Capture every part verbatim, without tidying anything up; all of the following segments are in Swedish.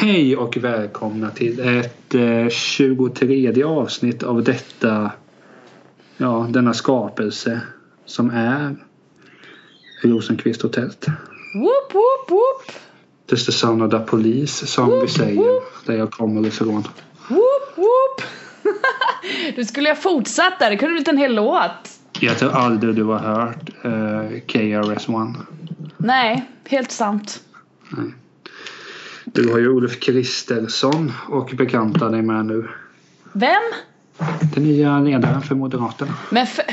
Hej och välkomna till ett eh, tjugotredje avsnitt av detta, ja, denna skapelse som är Rosenqvist Hotellet. Whoop, whoop, whoop. Det är the sound of the police som Whoop, vi säger whoop. där jag kommer ifrån. Whoop, whoop. Du skulle jag fortsatt där, det kunde blivit en hel låt. Jag tror aldrig du har hört eh, K R S One. Nej, helt sant. Nej. Du har ju Ulf Kristersson och bekanta dig med nu. Vem? Den nya ledaren för Moderaterna. Men för...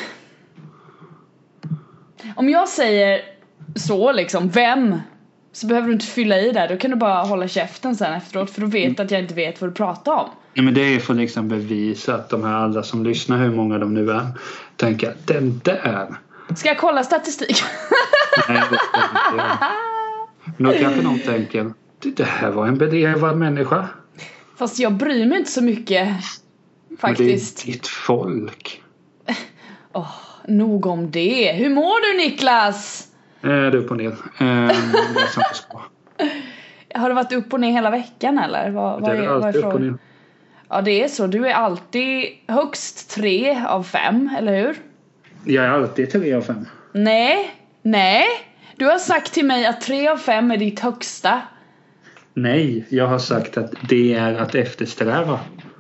Om jag säger så liksom, vem? Så behöver du inte fylla i där. Då kan du bara hålla käften sen efteråt. För då vet att jag inte vet vad du pratar om. Ja, men det är för liksom bevisa att de här alla som lyssnar, hur många de nu är, tänker att den där. Ska jag kolla statistik? Nej, det ska inte. Men då kanske någon tänker, det här var en bedrevad människa. Fast jag bryr mig inte så mycket. Faktiskt. Men det är ditt folk. Oh, nog om det. Hur mår du, Niklas? Eh, det är upp och ner. Eh, det är som det ska. Har du varit upp och ner hela veckan eller? Vad, vad Det är är, vad är alltid upp och ner. Ja, det är så. Du är alltid högst tre av fem, eller hur? Jag är alltid tre av fem. Nej, nej. Du har sagt till mig att tre av fem är ditt högsta. Nej, jag har sagt att det är att eftersträva.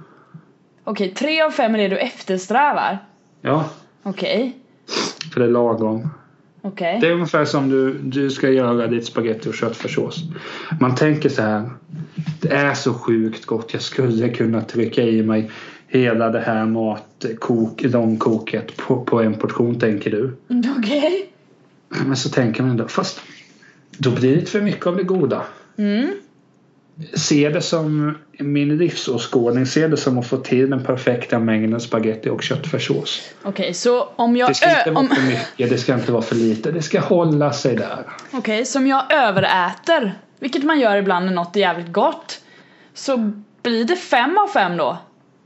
Okej, tre av fem är det du eftersträvar. Ja, Okej, för det är lagom. okej. Det är ungefär som du, du ska göra ditt spaghetti och köttfärssås. Man tänker så här, det är så sjukt gott, jag skulle kunna trycka i mig hela det här matkok, långkoket på, på en portion, tänker du. Okej. Men så tänker man ändå, fast då blir det för mycket av det goda. Mm. Se det som min livsåskådning, se det som att få till den perfekta mängden spaghetti och köttfärssås. Okej, så om jag... Det ska inte ö- vara om... för mycket, det ska inte vara för lite, det ska hålla sig där. Okej, som jag överäter, vilket man gör ibland när något är jävligt gott, så blir det fem av fem då?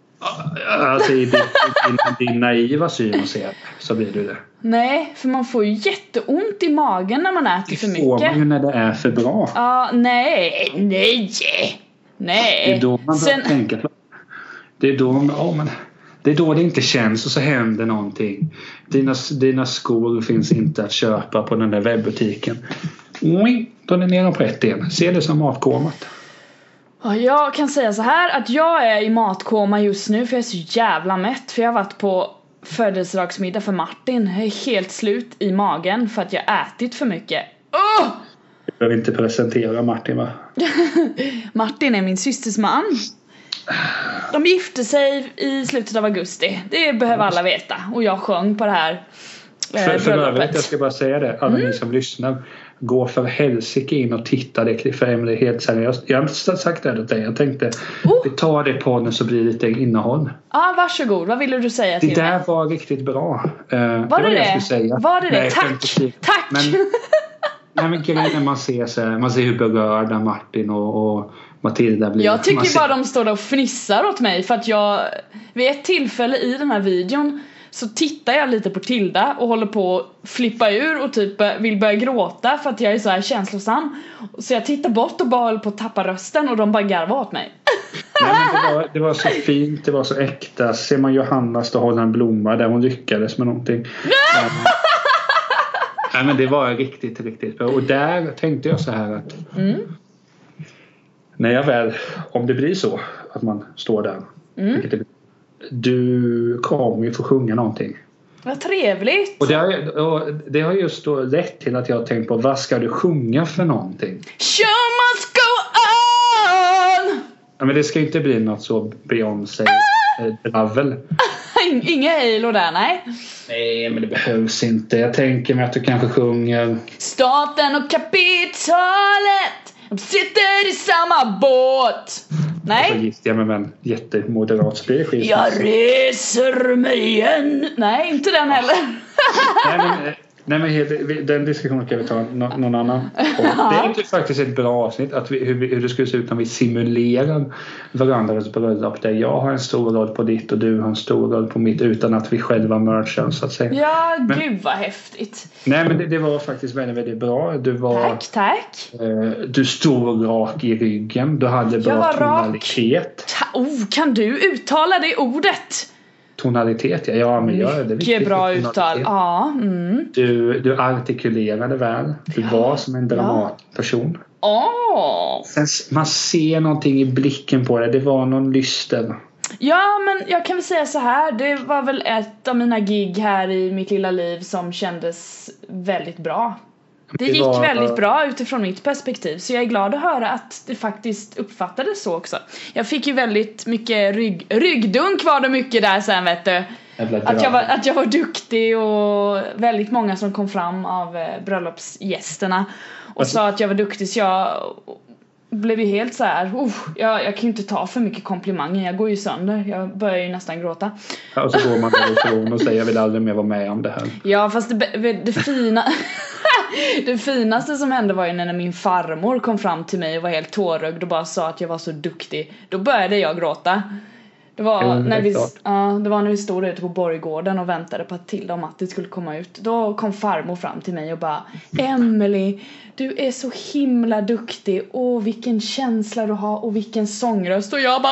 Alltså i din, din, din naiva syn och se, så blir det det. Nej, för man får ju jätteont i magen när man äter för Det får man mycket. ju när det är för bra. Ja, nej, nej, nej. Det är då man Sen... tänker på. Det är då, oh, men, det är då det inte känns och så händer någonting. Dina, dina skor finns inte att köpa på den där webbutiken. Oj, då är det ner på ett igen. Se det som matkomat. Ja, jag kan säga så här att jag är i matkoma just nu för jag är så jävla mätt. För jag har varit på födelsedagsmiddag för Martin. Jag är helt slut i magen för att jag ätit för mycket. Oh! Jag behöver inte presentera Martin, va? Martin är min systers man. De gifte sig i slutet av augusti. Det behöver alla veta. Och jag sjöng på det här eh, För, för bröllopet. övrigt, jag ska bara säga det. Alla mm. ni som lyssnar, gå för helsike in och titta. Det för Emily är helt seriöst. Jag har inte sagt det till dig. Jag tänkte, oh. vi tar det på den så blir det lite innehåll. Ja, ah, varsågod. Vad ville du säga till mig? Det där mig? var riktigt bra. Uh, var det det var det? det jag skulle säga. Var det det? Nej, Tack! Tack! Men, nej, men grejen man ser så här, man ser hur berörda Martin och, och Matilda blir. Jag tycker ser... bara de står där och fnissar åt mig. För att jag, vid ett tillfälle i den här videon, så tittar jag lite på Tilda och håller på att flippa ur och typ vill börja gråta för att jag är så här känslosam. Så jag tittar bort och bara håller på att tappa rösten och de bara garvar åt mig. Nej, men det, var, det var så fint, det var så äkta. Ser man Johanna stå och hålla en blomma där hon lyckades med någonting. Nej, men det var riktigt, riktigt bra. Och där tänkte jag så här att mm. när jag väl, om det blir så att man står där, mm. det, du kommer ju få sjunga någonting. Vad trevligt. Och det har, och det har just då lett till att jag har tänkt på, vad ska du sjunga för någonting? Show must go on! Ja, men det ska inte bli något så Beyoncé dravel. Inga Halo där, nej. Nej, men det behövs inte. Jag tänker mig att du kanske sjunger Staten och kapitalet, de sitter i samma båt. Nej. Så gissar jag med en jättemoderat spelskiva. Jag reser mig igen. Nej, inte den heller. Nej, men Nej, men helt, den diskussionen kan vi ta någon, någon annan. Och det är inte faktiskt ett bra avsnitt att vi, hur, hur det skulle se ut om vi simulerar varandras bröllop där jag har en stor roll på ditt och du har en stor roll på mitt utan att vi själva merchar så att säga. Ja, men, gud vad häftigt. Nej, men det, det var faktiskt väldigt, väldigt bra. Du var, tack, tack. Eh, du stod rak i ryggen. Du hade bra tonalitet. Ta- oh, kan du uttala det ordet? Tonalitet, ja, ja men jag, det är mycket bra uttal. Ja, mm. du, du artikulerade väl. Du ja, var som en dramatperson. Oh. Sen, man ser någonting i blicken på det. Det var någon lyster. Ja, men jag kan väl säga så här. Det var väl ett av mina gig här i mitt lilla liv som kändes väldigt bra. Det, det gick var... väldigt bra utifrån mitt perspektiv. Så jag är glad att höra att det faktiskt uppfattades så också. Jag fick ju väldigt mycket rygg, ryggdunk var det mycket där sen, vet du. Att jag, var, att jag var duktig och väldigt många som kom fram av eh, bröllopsgästerna och alltså... sa att jag var duktig, så jag blev ju helt så här. Uh, jag, jag kan ju inte ta för mycket komplimanger. Jag går ju sönder. Jag börjar ju nästan gråta. Ja, och så går man därifrån och säger jag vill aldrig mer vara med om det här. Ja, fast det, det fina det finaste som hände var ju när min farmor kom fram till mig och var helt tårögd och bara sa att jag var så duktig. Då började jag gråta. Det var, mm, när vi, ja, det var när vi stod ute på Borggården och väntade på att Tilda och Matti skulle komma ut. Då kom farmor fram till mig och bara: Emily, du är så himla duktig. Åh, vilken känsla du har och vilken sångröst. Och jag bara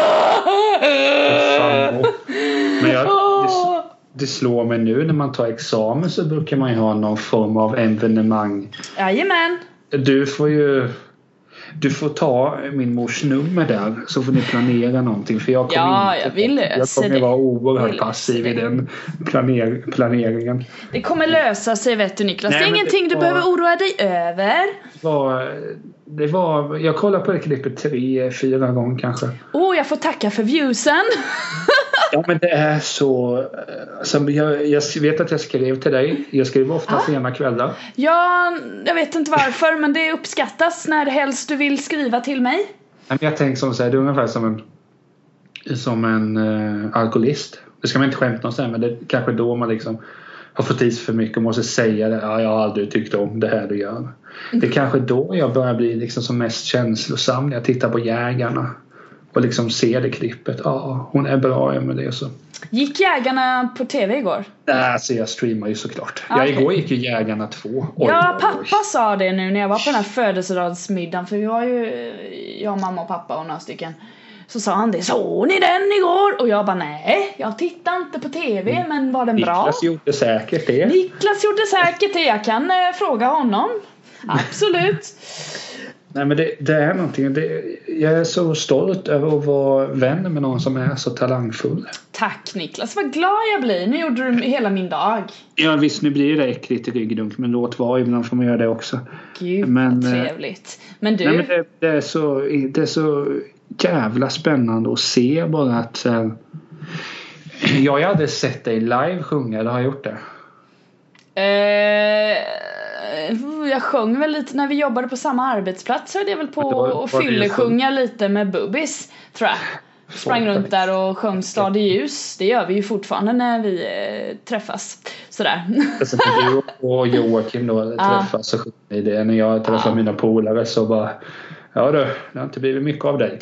Men jag, det, det slår mig nu när man tar examen så brukar man ju ha någon form av evenemang. Jajamän. Du får ju Du får ta min mors nummer där så får ni planera någonting, för jag kommer ja, inte jag vill lösa jag kommer det. vara oerhört passiv i den planer, planeringen. Det kommer lösa sig, vet du, Niklas. Nej, det är ingenting det var, du behöver oroa dig över. Det var, det var jag kollade på det klippet tre, fyra gånger kanske. Åh, oh, jag får tacka för viewsen. Ja, men det är så alltså, jag, jag vet att jag skrev till dig. Jag skriver ofta ah. sena kvällar. Ja, jag vet inte varför, men det uppskattas när helst du vill skriva till mig. Jag tänker som så här, det är ungefär som en som en uh, alkoholist. Det ska man inte skämta om sen, men det är kanske då man liksom har fått i sig för mycket och måste säga det. Ja, jag har aldrig tyckt om det här du gör. Mm. Det är kanske då jag börjar bli liksom som mest känslosam när jag tittar på Jägarna. Och liksom se det klippet. Ja, hon är bra med det så. Gick Jägarna på tv igår? Nej, alltså jag streamar ju såklart. Okay. Ja, igår gick ju Jägarna två. Oj, ja, pappa oj. sa det nu när jag var på den här födelsedagsmiddagen. För vi var ju, jag, mamma och pappa och några stycken. Så sa han det, såg ni den igår? Och jag bara, nej, jag tittar inte på tv, mm. men var den bra? Niklas gjorde säkert det. Niklas gjorde säkert det, jag kan eh, fråga honom. Absolut. Nej, men det, det är någonting det, jag är så stolt över att vara vän med någon som är så talangfull. Tack Niklas, vad glad jag blir. Nu gjorde du hela min dag. Ja visst, nu blir det äckligt i ryggdunk, men låt vara, ibland får man göra det också. Gud, men, vad trevligt. Men du... Nej, men det, det, är så, det är så jävla spännande att se bara att här, jag hade sett dig live sjunga, eller har jag gjort det? Eh... Jag sjöng väl lite när vi jobbade på samma arbetsplats. Så det är väl på att fyllesjunga lite med Bubis, tror jag. Sprang runt där och sjöng Stad i ljus. Det gör vi ju fortfarande när vi eh, träffas. Sådär. Alltså när du och Joakim då träffas ah. så sjunger ni det. När jag träffar ah. mina polare så bara, ja du, det har inte blivit mycket av dig.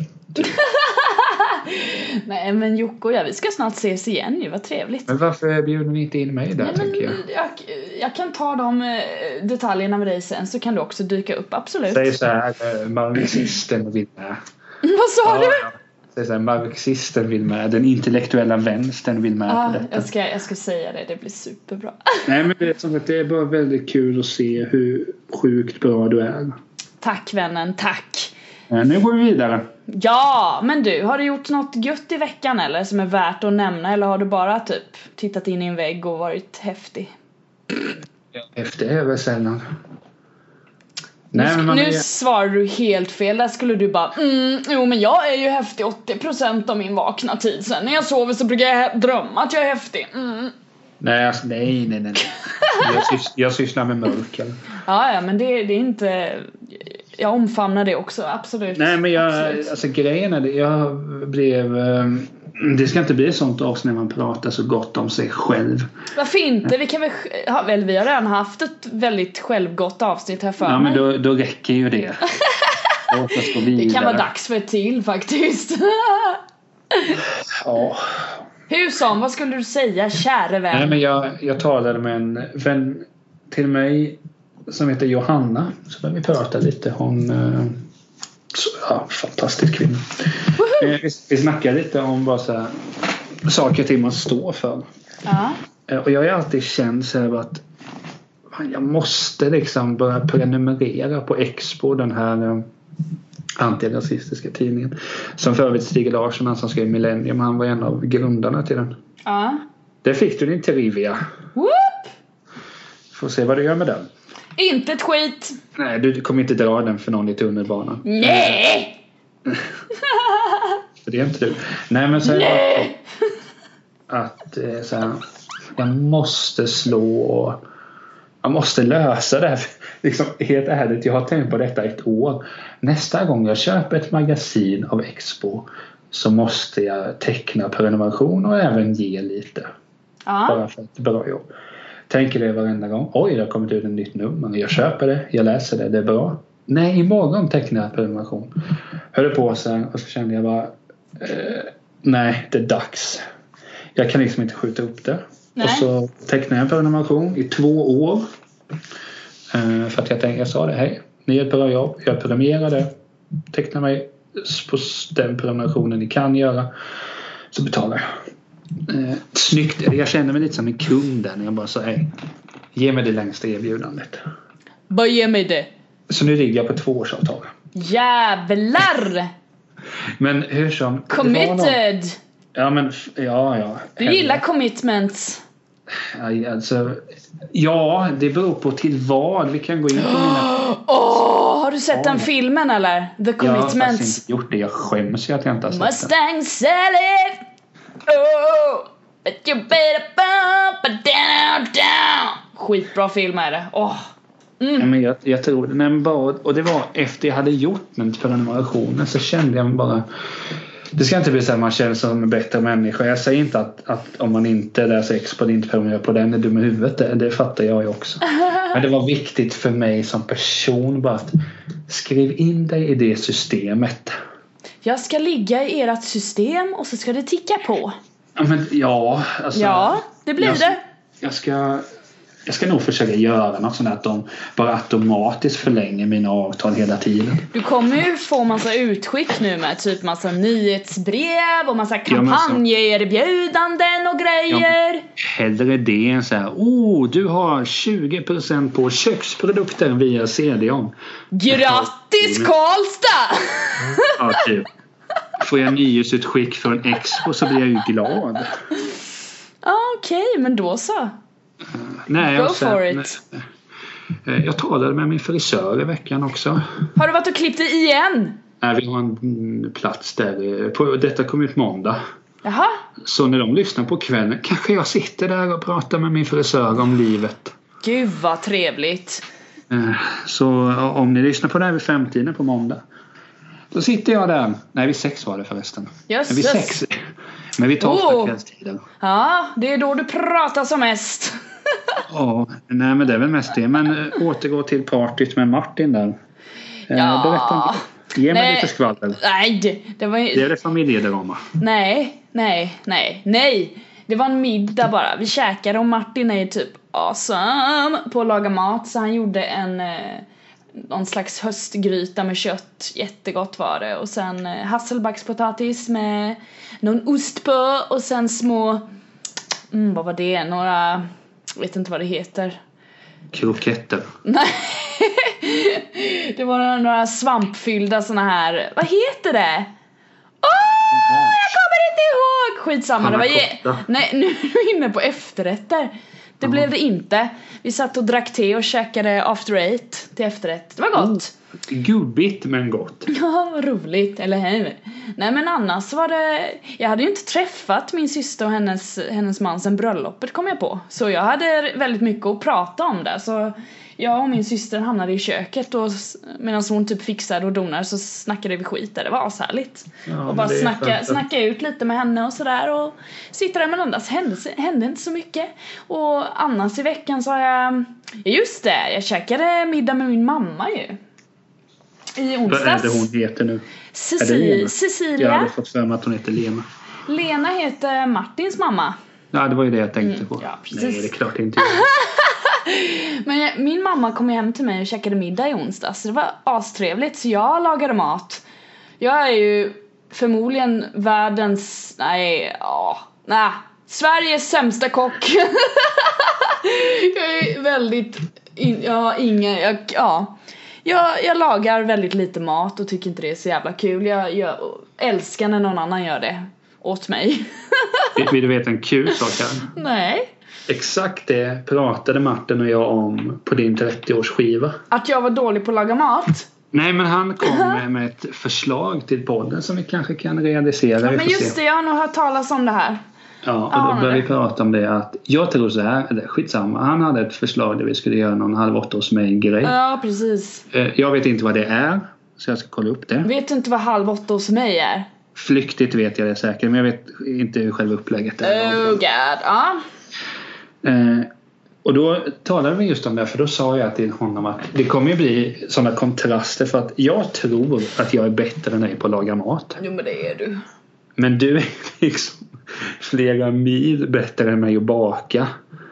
Nej, men Jocke och jag, vi ska snart ses igen ju, vad trevligt. Men varför bjuder ni inte in mig där? Nej, tänker jag. jag Jag kan ta de detaljerna med dig sen, så kan du också dyka upp, absolut. Säg så här, marxisten vill med. Vad sa ja, du? Ja. Säg så här, marxisten vill med, den intellektuella vänstern vill med ja, på detta. Jag ska, jag ska säga det, det blir superbra. Nej, men det är, som att det är bara väldigt kul att se hur sjukt bra du är. Tack vännen, tack. Nu går vi vidare. Ja, men du, har du gjort något gött i veckan eller som är värt att nämna? Eller har du bara typ tittat in i en vägg och varit häftig? Häftig är väl sällan. Nej, nu, men man nu är... svarar du helt fel. Där skulle du bara mm, jo men jag är ju häftig åttio procent av min vakna tid. Sen när jag sover så brukar jag drömma att jag är häftig. mm. Nej, alltså, nej, nej, nej. Jag, sys- jag sysslar med mörker. Ja, ja, men det, det är inte... Jag omfamnar det också, absolut. Nej, men jag, absolut. alltså grejen är det, jag blev, Det ska inte bli ett sånt avsnitt när man pratar så gott om sig själv. Varför inte? Vi kan väl, ha, väl vi har redan haft ett väldigt självgott avsnitt här för Ja, mig. men då, då räcker ju det. Låt oss gå vidare. Det kan vara dags för ett till faktiskt. Ja. Hur som, vad skulle du säga, käre vän? Nej, men jag, jag talade med en vän till mig som heter Johanna. Så där vi pratade lite. Hon eh, så, ja, fantastisk kvinna. Eh, vi, vi snackade lite om bara så här, saker och ting man står för. Ja. Eh, och jag har alltid känt så här att fan, jag måste liksom börja prenumerera på Expo, den här eh, antirasistiska tidningen. Som för övrigt Stig Larsson, han som skrev Millennium, han var en av grundarna till den. Ja. Det fick du din trivia. Whoop! Får se vad du gör med den. Inte ett skit. Nej, du kommer inte dra den för någon i tunnelbanan. Nej! För det är inte du. Nej, men så här, Nej! att eh, så här, jag måste slå, jag måste lösa det här. Liksom, helt ärligt, jag har tänkt på detta ett år. Nästa gång jag köper ett magasin av Expo så måste jag teckna prenumeration och även ge lite. Ja. Bara för ett bra jobb. Tänker det varenda gång. Oj, det har kommit ut en nytt nummer. Jag köper det, jag läser det, det är bra. Nej, imorgon tecknar jag prenumeration. Hörde på sen och så kände jag bara eh, nej, det är dags. Jag kan liksom inte skjuta upp det. Nej. Och så tecknade jag en prenumeration i två år. Eh, för att jag tänkte, jag sa det, hej, ni gör ett bra jobb. Jag prenumererar det. Tecknar mig på den prenumerationen ni kan göra. Så betalar jag. Eh, snyggt. Jag känner mig lite som en kund där när jag bara sa, hej, ge mig det längsta erbjudandet. Bara ge mig det. Så nu ligger jag på två årsavtal. Jävlar! Men hur som... Committed! Ja, men... Ja, ja. Du gillar commitments. Ja, alltså... Ja, det beror på till vad. Vi kan gå in på mina... Åh, oh, har du sett ja, den filmen eller? The Commitments. Jag har faktiskt inte gjort det. Jag skäms ju att jag inte har sett Mustang Sally. Oh, but you better bump it down, down. Skitbra film är det. Åh. Oh. Mm. Ja, men jag, jag tror det. Nej, men bara, och det var efter jag hade gjort den prenumerationen så kände jag mig bara... Det ska inte bli så att man känner sig som en bättre människa. Jag säger inte att, att om man inte läser Expo och inte prenumererar på den är dum i huvudet. Det, det fattar jag ju också. Men det var viktigt för mig som person bara att skriv in dig i det systemet. Jag ska ligga i ert system och så ska det ticka på. Ja, men ja. Alltså, ja, det blir jag, det. Jag ska... Jag ska nog försöka göra något sånt att de bara automatiskt förlänger mina avtal hela tiden. Du kommer ju få massa utskick nu med typ massa nyhetsbrev och massa kampanjerbjudanden och grejer. Ja, hellre det än så här, oh, du har tjugo procent på köksprodukter via C D O N. Grattis Karlstad! Ja, typ. Får jag nyhetsutskick från Expo så blir jag ju glad. Okej, okay, men då så. Nej, Go sen, for it. Jag talade med min frisör i veckan också. Har du varit och klippt dig igen? Nej, vi har en plats där. På, detta kom ut måndag. Jaha. Så när de lyssnar på kvällen kanske jag sitter där och pratar med min frisör om livet. Gud vad trevligt. Så om ni lyssnar på det här vid femtiden på måndag, då sitter jag där. Nej, vid sex var det förresten. Jösses. Vid sex. Men vi tar ofta oh. kvällstiden. Ja, det är då du pratar som mest. Ja, nej men det är väl mest det. Men äh, återgå till partyt med Martin där. Äh, ja. Berätta, ge mig nej. lite skvaller. Nej, det, det var ju... Det är det familjedrama. Nej, nej, nej, nej. Det var en middag bara. Vi käkade och Martin är typ awesome på att laga mat. Så han gjorde en... Eh, någon slags höstgryta med kött. Jättegott var det. Och sen eh, hasselbackspotatis med någon ost på. Och sen små... Mm, vad var det? Några... Jag vet inte vad det heter. Kroketter. Nej. Det var några svampfyllda såna här... Vad heter det? Åh, oh, jag kommer inte ihåg. Skitsamma. Det var je- Nej, nu är du inne på efterrätter. Det uh-huh. blev det inte. Vi satt och drack te och käkade after eight till efterrätt. Det var gott. Gubbigt men gott. Ja, vad roligt, eller hur? Nej, men annars var det... Jag hade ju inte träffat min syster och hennes, hennes man sen bröllopet, kom jag på. Så jag hade väldigt mycket att prata om det. Så jag och min syster hamnade i köket och medan hon typ fixade och donade så snackade vi skit där. Det var ashärligt. Ja, och bara snacka, snacka ut lite med henne och sådär. Och sitta där, men annars hände, hände inte så mycket. Och annars i veckan så har jag... Just det, jag käkade middag med min mamma ju. I onsdags. Vad är det hon heter nu? Ceci- Cecilia. Jag hade fått för mig att hon heter Lena. Lena heter Martins mamma. Ja, det var ju det jag tänkte på. Mm, ja, precis. Nej, det är klart inte. Men jag, min mamma kom hem till mig och käkade middag i onsdags. Så det var astrevligt. Så jag lagade mat. Jag är ju förmodligen världens... Nej, ja... Nej. Sveriges sämsta kock. Jag är väldigt... In, jag har ingen... Jag, ja... Jag, jag lagar väldigt lite mat och tycker inte det är så jävla kul. Jag, jag älskar när någon annan gör det åt mig. Vill du veta en kul sak här? Nej. Exakt det pratade Martin och jag om på din trettio-årsskiva. Att jag var dålig på att laga mat? Nej, men han kom med, med ett förslag till podden som vi kanske kan realisera. Ja, men just det, jag har nog hört talas om det här. Ja, och då började vi prata om det att jag tror så här, eller skitsamma, han hade ett förslag där vi skulle göra någon halv åtta hos mig grej. Ja, precis. Jag vet inte vad det är, så jag ska kolla upp det. Vet du inte vad halv åtta hos mig är? Flyktigt vet jag det säkert, men jag vet inte hur själva upplägget är. Oh god, ja. Eh, och då talade vi just om det, för då sa jag till honom att det kommer ju bli sådana kontraster, för att jag tror att jag är bättre än dig på att laga mat. Jo, men det är du. Men du är liksom flera mil bättre än mig att baka.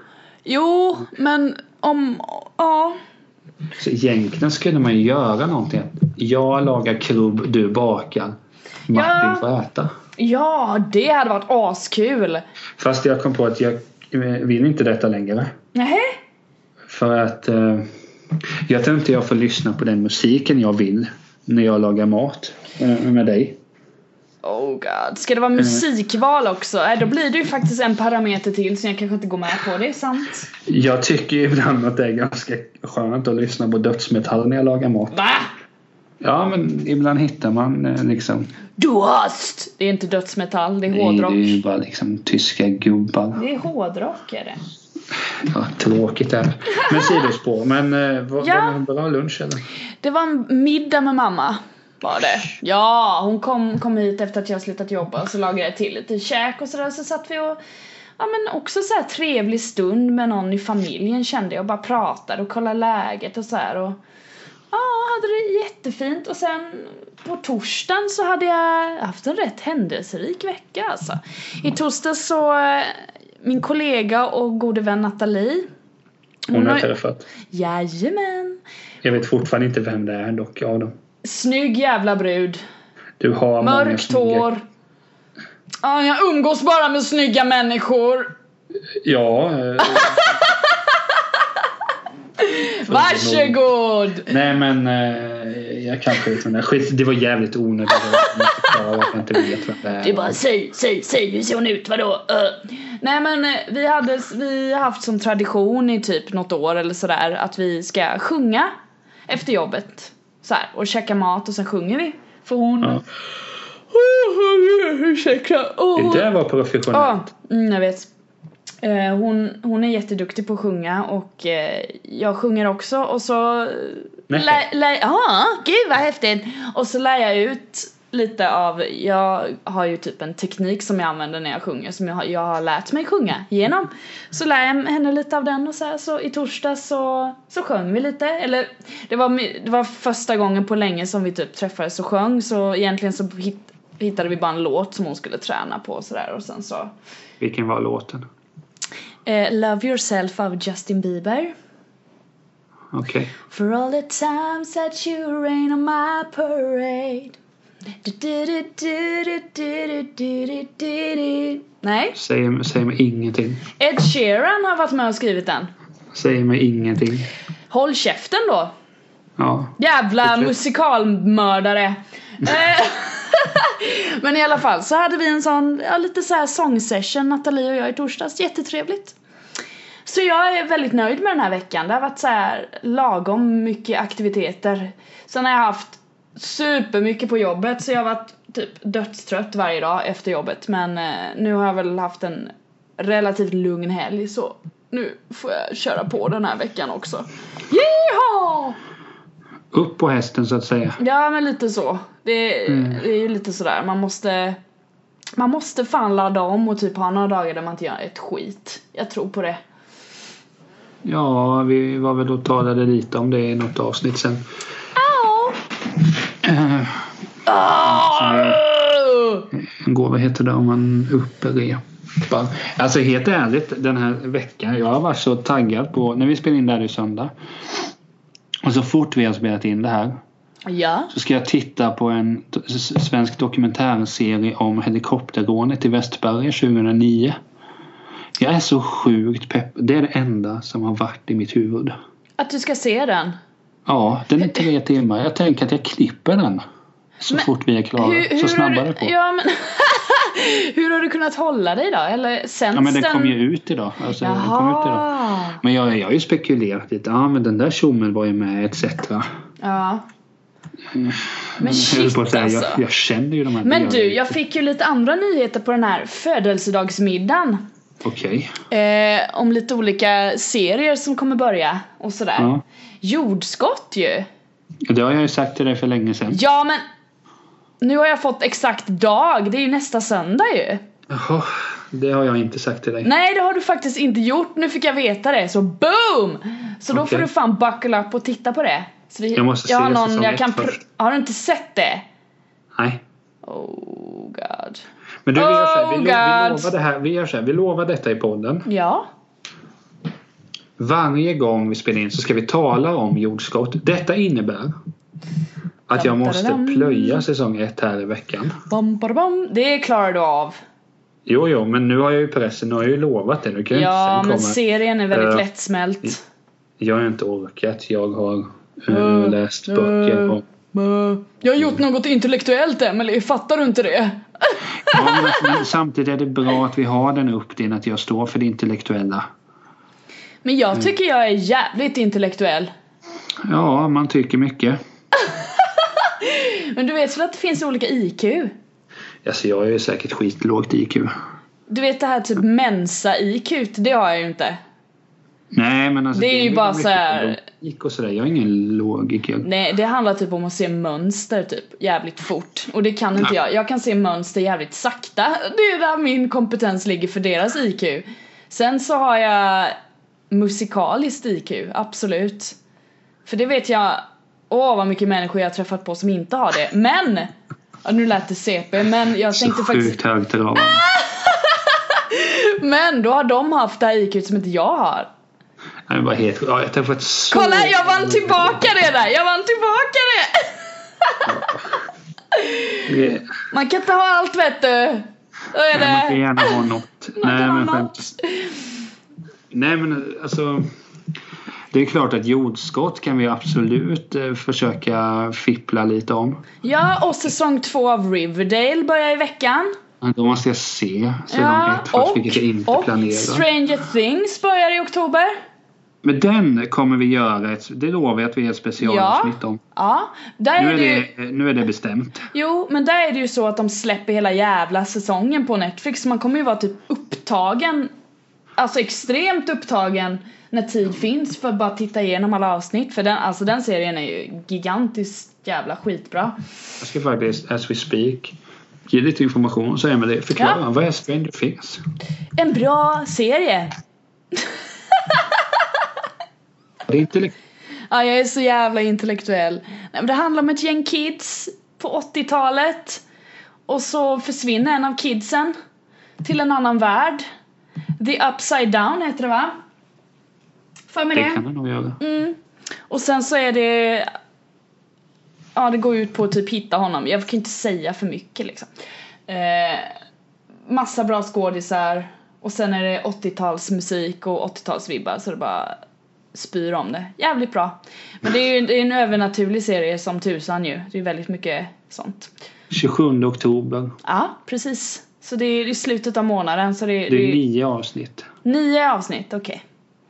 Jo, men om... Ja. Så egentligen skulle man ju göra någonting. Jag lagar krubb, du bakar. Martin Ja. får äta. Ja, det hade varit askul. Fast jag kom på att jag vill inte detta längre. Nej. För att eh, jag tror inte jag får lyssna på den musiken jag vill när jag lagar mat eh, med dig. Oh god, ska det vara musikval också? Äh, då blir det ju faktiskt en parameter till som jag kanske inte går med på, det är sant. Jag tycker ibland att det är ganska skönt att lyssna på dödsmetall när jag lagar mat. Va? Ja, men ibland hittar man eh, liksom... Du hast! Det är inte dödsmetall, det är hårdrock. Nej, det är ju bara liksom tyska gubbar. Det är hårdrock, är det. Ja, tråkigt är det. Men sidospår. Men eh, var, Ja. var det en bra lunch eller? Det var en middag med mamma. Var det? Ja, hon kom, kom hit efter att jag slutat jobba. Så lagade jag till lite käk och sådär. Så satt vi och... Ja, men också så här trevlig stund med någon i familjen, kände jag. Bara pratade och kollade läget och så här. Och ja, hade det jättefint. Och sen på torsdagen så hade jag haft en rätt händelserik vecka alltså. I torsdag så... Min kollega och gode vän Nathalie. Hon, hon har jag träffat. Jajamän. Jag vet fortfarande inte vem det är dock av dem. Snygg jävla brud. Du har mörkt hår. Ja, jag umgås bara med snygga människor. Ja. Eh, Varsågod. Nej, men eh, jag kanske vet vad det är. Skit, det var jävligt onödigt att jag inte vet vad det är. Det är bara säg, säg, säg, hur ser hon ut, vadå? Uh. Nej, men eh, vi hade vi har haft som tradition i typ något år eller sådär att vi ska sjunga efter jobbet. Så här, och käka mat och sen sjunger vi. För hon... Ja. Oh, ursäkta. Oh. Det där var professionellt. Ja, mm, jag vet. Eh, hon, hon är jätteduktig på att sjunga. Och eh, jag sjunger också. Och så... Ja, lä, ah, gud vad häftigt. Och så lär jag ut lite av... Jag har ju typ en teknik som jag använder när jag sjunger. Som jag har, jag har lärt mig sjunga genom. Så lär jag henne lite av den. Och så, här, så i torsdag så, så sjöng vi lite. Eller det var, det var första gången på länge som vi typ träffades och sjöng. Så egentligen så hit, hittade vi bara en låt som hon skulle träna på. Och, så där, och sen så... Vilken var låten? Uh, Love Yourself av Justin Bieber. Okej. Okay. For all the times that you rain on my parade. Nej. Säg, säg mig ingenting. Ed Sheeran har varit med och skrivit den. Säg mig ingenting. Håll käften då. Ja. Jävla musikalmördare. Men i alla fall så hade vi en sån, ja, lite så här sångsession, Nathalie och jag i torsdags. Jättetrevligt. Så jag är väldigt nöjd med den här veckan. Det har varit så här lagom mycket aktiviteter. Sen har jag haft supermycket på jobbet, så jag har varit typ dödstrött varje dag efter jobbet. Men eh, nu har jag väl haft en relativt lugn helg, så nu får jag köra på den här veckan också. Yeehaw! Upp på hästen så att säga. Ja, men lite så. Det, mm. det är ju lite sådär. Man måste Man måste fan ladda om och typ ha några dagar där man inte gör ett skit. Jag tror på det. Ja, vi var väl och talade lite om det i något avsnitt sen. Åh! Uh, oh! Går, vad heter det om man upprepar? Alltså helt ärligt, den här veckan, jag har varit så taggad på, när vi spelar in det här i söndag. Och så fort vi har spelat in det här, ja, så ska jag titta på en svensk dokumentärserie om helikopterrånet i Västberga tjugohundranio. Jag är så sjukt pepp. Det är det enda som har varit i mitt huvud. Att du ska se den? Ja, den är tre timmar. Jag tänker att jag klipper den så men, fort vi är klara. Hur, hur så snabbare du, på. Ja, men hur har du kunnat hålla dig då? Eller sen ja, men den kom ju ut idag. Alltså, den kom ut idag. Men jag, jag har ju spekulerat lite. Ja, men den där tjommen var ju med et cetera. Ja. Mm. Men shit, jag, säga, alltså. jag, jag känner ju de här. Men du, jag fick ju lite andra nyheter på den här födelsedagsmiddagen. Okej. Okay. Eh, om lite olika serier som kommer börja och sådär. Ja. Jordskott ju. Det har jag ju sagt till dig för länge sedan. Ja, men nu har jag fått exakt dag. Det är ju nästa söndag ju. Jaha, det har jag inte sagt till dig. Nej, det har du faktiskt inte gjort. Nu fick jag veta det, så boom! Så då okay. får du fan buckle upp och titta på det. Så vi, jag måste jag se har någon, jag kan pr- Har du inte sett det? Nej. Oh god. Men du, vi gör så här, vi, oh, lo- vi lovar det här, vi gör så här, vi lovar detta i podden. Ja. Varje gång vi spelar in så ska vi tala om jordskott. Detta innebär att jag måste plöja säsong ett här i veckan. Bam, bam, bam. Det klarar du av. Jo, jo, men nu har jag ju pressen, nu har jag ju lovat det. Nu kan ja, inte men komma. Serien är väldigt uh, lättsmält. Jag har inte orkat. Jag har uh, uh, läst böcker uh, om... uh, Jag har gjort något intellektuellt, Emily. Fattar du inte det? Ja, men, men samtidigt är det bra att vi har den uppdelningen, att jag står för det intellektuella. Men jag tycker jag är jävligt intellektuell. Ja, man tycker mycket. Men du vet väl att det finns olika I Q? Alltså jag är ju säkert skitlågt I Q. Du vet det här typ mensa-I Q, det har jag ju inte. Nej, men alltså det är det ju bara så här. Och så där. Jag är ingen låg I Q. Nej, det handlar typ om att se mönster typ jävligt fort. Och det kan inte ja. jag. Jag kan se mönster jävligt sakta. Det är där min kompetens ligger för deras I Q. Sen så har jag musikaliskt I Q, absolut. För det vet jag. Åh, vad mycket människor jag har träffat på som inte har det. Men, ja, nu lät det C P. Men jag så tänkte faktiskt sjukt högtravande. Men då har de haft det här I Q som inte jag har. Det var helt, ja, jag träffat så... Kolla, jag vann tillbaka det där. Jag vann tillbaka det. det... Man kan inte ha allt, vet du. Då är det... Nej, man kan gärna ha något. Man Nej, kan men ha något. Nej, men alltså... Det är klart att jordskott kan vi absolut eh, försöka fippla lite om. Ja, och säsong två av Riverdale börjar i veckan. Då måste jag se. Ja, ett, och, vilket jag inte och planerar. Stranger Things börjar i oktober. Men den kommer vi göra ett, det lovar jag att vi är ett specialavsnitt ja. om. Ja, där nu, är är det det, ju... nu är det bestämt. Jo, men där är det ju så att de släpper hela jävla säsongen på Netflix. Man kommer ju vara typ upptagen, alltså extremt upptagen när tid finns för att bara titta igenom alla avsnitt. För den, alltså den serien är ju gigantiskt jävla skitbra. Jag ska faktiskt, as we speak, ge lite information så är med det. Förklara, ja. Vad är Stranger Things? En bra serie. Det är inte... Ja, jag är så jävla intellektuell. Nej, men det handlar om ett gäng kids på åttiotalet. Och så försvinner en av kidsen till en annan värld. The Upside Down heter det, va? För mig det. Det kan man nog göra. Mm. Och sen så är det... Ja, det går ut på att typ hitta honom. Jag kan inte säga för mycket liksom. Eh, massa bra skådisar. Och sen är det åttiotalsmusik och åttiotalsvibbar. Så det bara spyr om det. Jävligt bra. Men det är ju det är en övernaturlig serie som tusan ju. Det är väldigt mycket sånt. tjugosjunde oktober. Ja, precis. Så det är i slutet av månaden. Så det, det är det är nio avsnitt. Nio avsnitt, okej. Okay.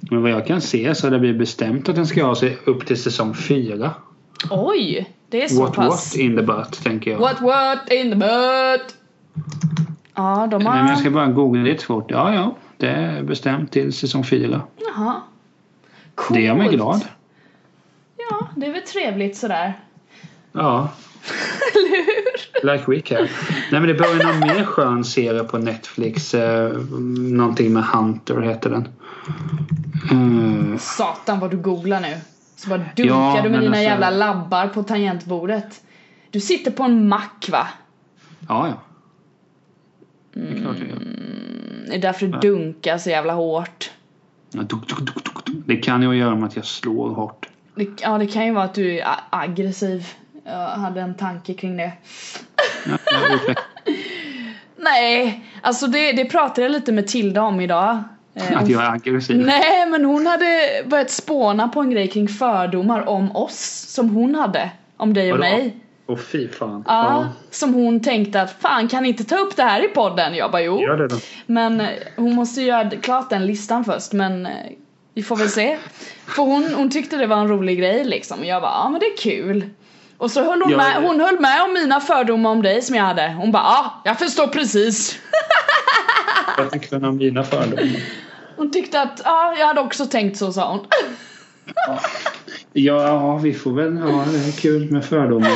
Men vad jag kan se så har det blivit bestämt att den ska ha sig upp till säsong fyra. Oj, det är så what, pass. What in the butt, tänker jag. What what in the butt? Ja, de har... Men jag ska bara googla lite fort. Ja, ja. Det är bestämt till säsong fyra. Jaha. Coolt. Det gör mig glad. Ja, det är väl trevligt sådär. Ja. Eller hur? Like we care. Nej, men det börjar någon mer skön serie på Netflix. Eh, någonting med Hunter heter den. Mm. Satan vad du googlar nu. Så bara dunkar Ja, du med men dina alltså... jävla labbar på tangentbordet. Du sitter på en mack, va? Ja, ja. Det är klart jag gör. Mm, det är därför du ja. dunkar så jävla hårt. Ja, duk, duk, duk, duk, duk. Det kan ju göra med att jag slår hårt. Det, ja, det kan ju vara att du är aggressiv. Jag hade en tanke kring det. Ja, jag Nej, alltså det, det pratade jag lite med Tilda om idag. Eh, att jag är aggressiv. Nej, men hon hade börjat spåna på en grej kring fördomar om oss. Som hon hade. Om dig och Vadå? mig. Åh fy fan. Ja, ja, som hon tänkte att fan, kan inte ta upp det här i podden? Jag bara jo. Gör det då. Men hon måste ju göra klart den listan först. Men vi får väl se. För hon, hon tyckte det var en rolig grej liksom. Och jag bara, ja men det är kul. Och så höll hon, ja, med, hon höll med om mina fördomar om dig som jag hade. Hon bara, ja, jag förstår precis. Jag tyckte om mina fördomar. Hon tyckte att, ja, jag hade också tänkt så, sa hon. Ja, ja vi får väl, ja det är kul med fördomar.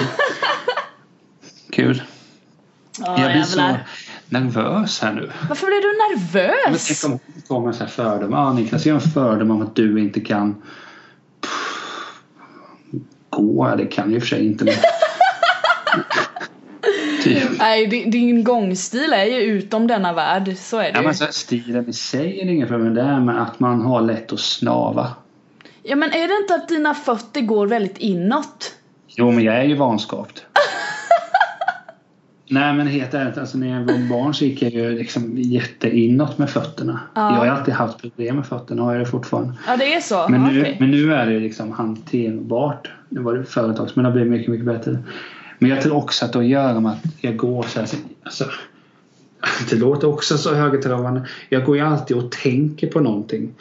Kul. Ja, jag blir så jävlar. nervös här nu. Varför blir du nervös? Jag tänk om en sån här fördom. Ja, Niklas, jag har en fördom om att du inte kan pff, gå. Det kan ju i och för sig inte. Men... typ. Nej, din, din gångstil är ju utom denna värld. Så är det ja, ju. men så här, stilen i sig är det inget för mig. Det är med att man har lätt att snava. Ja, men är det inte att dina fötter går väldigt inåt? Jo, men jag är ju vanskapt. Nej, men helt ärligt, alltså när jag var barn så gick jag ju liksom jätteinåt med fötterna. Ja. Jag har alltid haft problem med fötterna och har det fortfarande. Ja, det är så. Men nu, okay. men nu är det liksom hanterbart. Nu var det företags, men det har blivit mycket, mycket bättre. Men jag tror också att det gör med att jag går så här, alltså, det låter också så högertravande. Jag går ju alltid och tänker på någonting.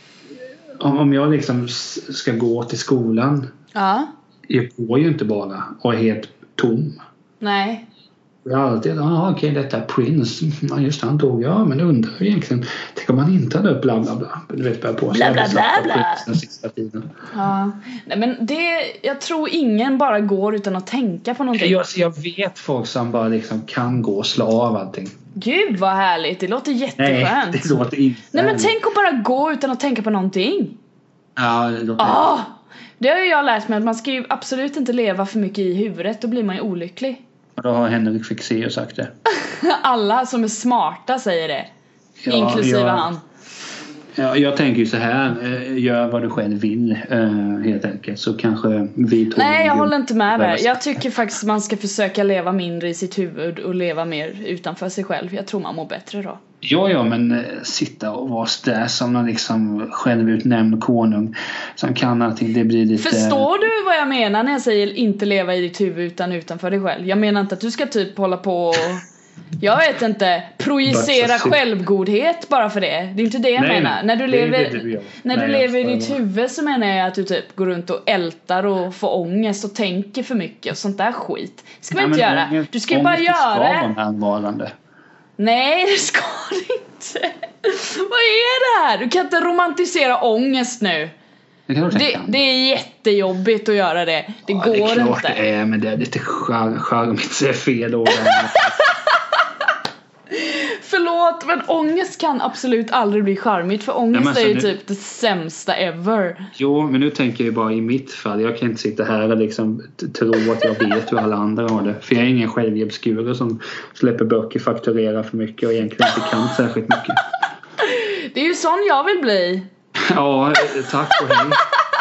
Om, om jag liksom ska gå till skolan. Ja. Jag går ju inte bara och är helt tom. Nej. Jag har alltid, ja okej, detta är Prince. Ja, just det, han dog. Ja, men undrar egentligen. Tänk om han inte hade upp bla bla bla. Du vet, börja på. Bla bla bla bla. Den sista tiden. Ja. Nej, men det, jag tror ingen bara går utan att tänka på någonting. Jag, jag vet folk som bara liksom kan gå och slå av allting. Gud vad härligt, det låter jätteskönt. Nej, det låter inte. Nej, men tänk att bara gå utan att tänka på någonting. Ja, det låter ah, det har ju jag lärt mig att man ska ju absolut inte leva för mycket i huvudet. Då blir man ju olycklig. Och då har Henrik Fexeus sagt det. Alla som är smarta säger det. Ja, inklusive ja. han. Ja, jag tänker ju så här. Gör vad du själv vill, helt enkelt. Så kanske vi tror. Nej, jag håller inte med där. Jag tycker faktiskt man ska försöka leva mindre i sitt huvud och leva mer utanför sig själv. Jag tror man mår bättre då. Ja, ja, men sitta och vara där som någon liksom självutnämnd konung som kan allting, det blir lite... Förstår du vad jag menar när jag säger inte leva i ditt huvud utan utanför dig själv? Jag menar inte att du ska typ hålla på och... Jag vet inte, projicera självgodhet bara för det. Det är inte det jag nej, menar. Nej. När du lever, det det när nej, du lever i ditt huvud så menar jag att du typ går runt och ältar och får ångest och tänker för mycket och sånt där skit. Det ska man nej, inte göra. Ångest, du ska ju bara göra det. Nej, det ska du inte. Vad är det här? Du kan inte romantisera ångest nu. Det, det, det är jättejobbigt att göra det. Det ja, går inte. Det är klart inte. Det är, men det är lite charmigt så är fel ord. Förlåt, men ångest kan absolut aldrig bli charmigt. För ångest ja, är ju nu... typ det sämsta ever. Jo, men nu tänker jag bara i mitt fall. Jag kan inte sitta här och liksom tro att jag vet hur alla andra har det. För jag är ingen självhjälpsguru som släpper böcker, fakturerar för mycket och egentligen inte kan särskilt mycket. Det är ju sån jag vill bli. Ja, tack och hej.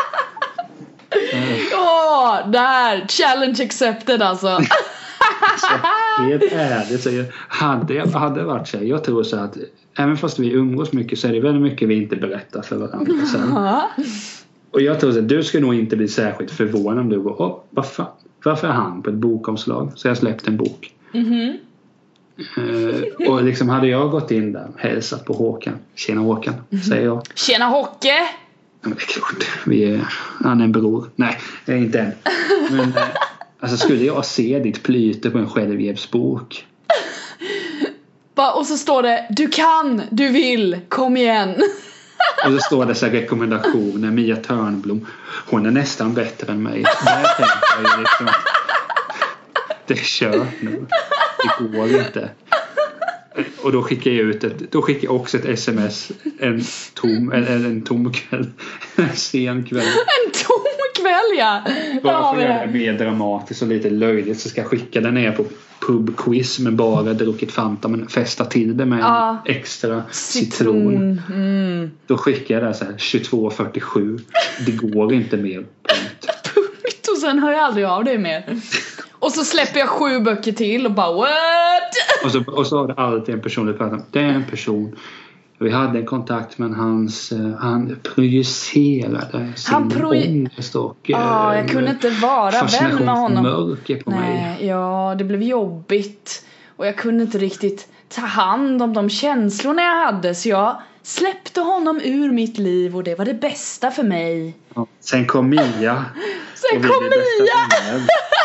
Ja, oh, där, challenge accepted alltså. Så, helt ärligt så jag hade jag hade varit så här, jag tror så att även fast vi umgås mycket så är det väldigt mycket vi inte berättar för varandra sen. Och jag tror att du skulle nog inte bli särskilt förvånad om du går, åh, varför, varför är han på ett bokomslag? Så jag släppte en bok. Mm-hmm. Uh, och liksom hade jag gått in där hälsat på Håkan. Tjena Håkan, mm-hmm. säger jag. Tjena Håke! Ja, men det är klart. Vi är, han är en bror. Nej, det är inte än. Men alltså, skulle jag se ditt plyte på en självhjälpsbok? Och så står det: du kan, du vill, kom igen. Och så står det så här rekommendationer. Mia Törnblom, hon är nästan bättre än mig. Där tänker jag liksom, det är kört nu. Det går inte. Och då skickar jag ut ett, då skickar jag också ett sms en tom, en, en tom kväll. En sen kväll. En tom kväll, ja. Bara för att göra det mer dramatiskt och lite löjligt så ska jag skicka den ner på pubquiz med bara druckit Fanta men fästa till det med ah, en extra citron. citron. Mm. Då skickar jag det så här tjugotvå fyrtiosju. Det går inte mer. Punkt. Punkt. Och sen hör jag aldrig av dig mer. Och så släpper jag sju böcker till och bara what? Och så, och så har det alltid en personlig pratat. Det är en person. Vi hade en kontakt men hans, han projicerade sin han proj- ångest och ja, jag kunde inte vara vän med honom. Mörker på Nej, mig. Ja, det blev jobbigt. Och jag kunde inte riktigt ta hand om de känslorna jag hade. Så jag släppte honom ur mitt liv och det var det bästa för mig. Ja, sen kom Mia. Sen kom Mia!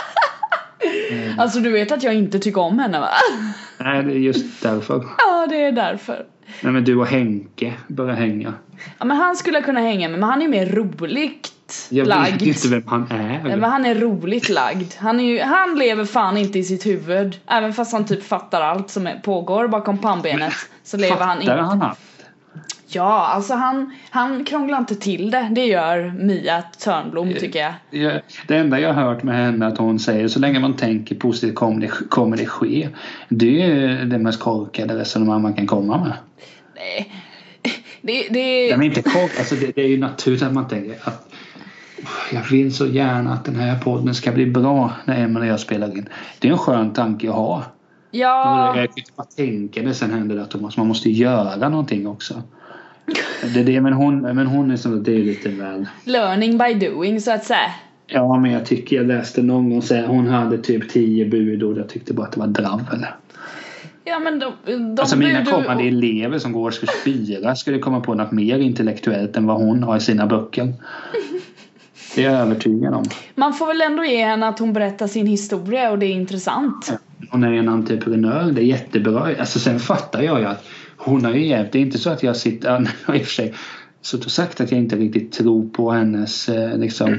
Mm. Alltså du vet att jag inte tycker om henne, va? Nej, det är just därför. Ja, det är därför. Nej, men du och Henke börjar hänga. Ja, men han skulle kunna hänga med, men han är mer roligt jag lagd. Jag vet inte vem han är. Nej, men han är roligt lagd. Han, är ju, han lever fan inte i sitt huvud. Även fast han typ fattar allt som är, pågår bakom pannbenet. Så lever han inte. Fattar han allt? Ja, alltså han, han krånglar inte till det. Det gör Mia Törnblom, tycker jag. jag. Det enda jag har hört med henne att hon säger, så länge man tänker positivt kommer det, kommer det ske. Det är det mest korkade resonemang man kan komma med. Nej. Det, det... Den är inte kork, alltså det, det är ju naturligt att man tänker att jag vill så gärna att den här podden ska bli bra när Emma och jag spelar in. Det är en skön tanke att ha. Ja. Jag kan inte bara tänka det, sen händer det att man måste göra någonting också. Det är det, men hon, men hon är som det är lite väl learning by doing, så att säga. Ja, men jag tycker jag läste någon gång säga hon hade typ tio bud och jag tyckte bara att det var dravel. Ja, men de, de alltså mina bud kommande och... elever som går årskurs fyra skulle komma på något mer intellektuellt än vad hon har i sina böcker. Det är jag övertygad om. Man får väl ändå ge henne att hon berättar sin historia och det är intressant. Hon är en entreprenör, det är jättebra. Alltså sen fattar jag ju att hon har ju hjälpt. Det är inte så att jag sitter, i och för sig så du sagt att jag inte riktigt tror på hennes liksom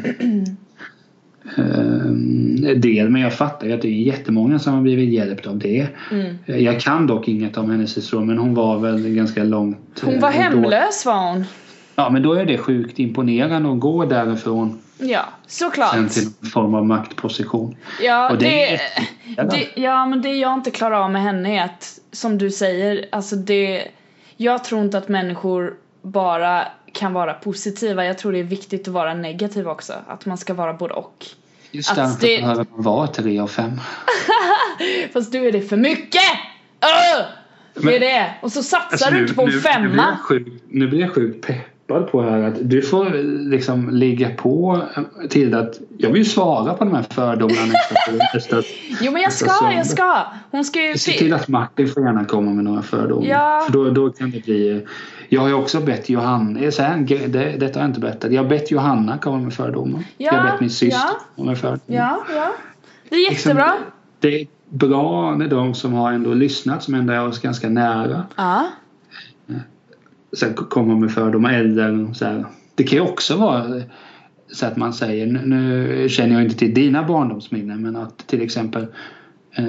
del, men jag fattar ju att det är jättemånga som har blivit hjälpt av det. Mm. Jag kan dock inget om hennes historia, men hon var väl ganska långt. Hon var hemlös, då, var hon. Ja, men då är det sjukt imponerande att gå därifrån. Ja, såklart. Sen till en form av maktposition. Ja, och det, det, är det, ja, men det jag inte klarar av med henne är att, som du säger, alltså det, jag tror inte att människor bara kan vara positiva. Jag tror det är viktigt att vara negativ också. Att man ska vara både och. Just därför det... behöver man vara tre och fem. Fast du är det för mycket! Öh! Det men, är det. Och så satsar alltså, du inte på en nu, femma. Nu blir, jag sjukt, nu blir jag sjukt peppad på här att du får liksom ligga på till att jag vill svara på de här fördomarna nästa. Jo, men jag ska, jag ska. Hon ska ju se till att Martin får gärna komma med några fördomar. Ja. För då, då kan det bli. Jag har ju också bett Johanna, så här, det, detta har jag inte bettat. Jag har bett Johanna komma med fördomar. Ja, jag har bett min syster ja. komma med fördomar. Ja, ja. Det är jättebra. Liksom, det är bra när de som har ändå lyssnat, som ändå är oss ganska nära. Ja. Sen kommer med fördomar eller så här. Det kan ju också vara så att man säger, nu känner jag inte till dina barndomsminnen, men att till exempel eh,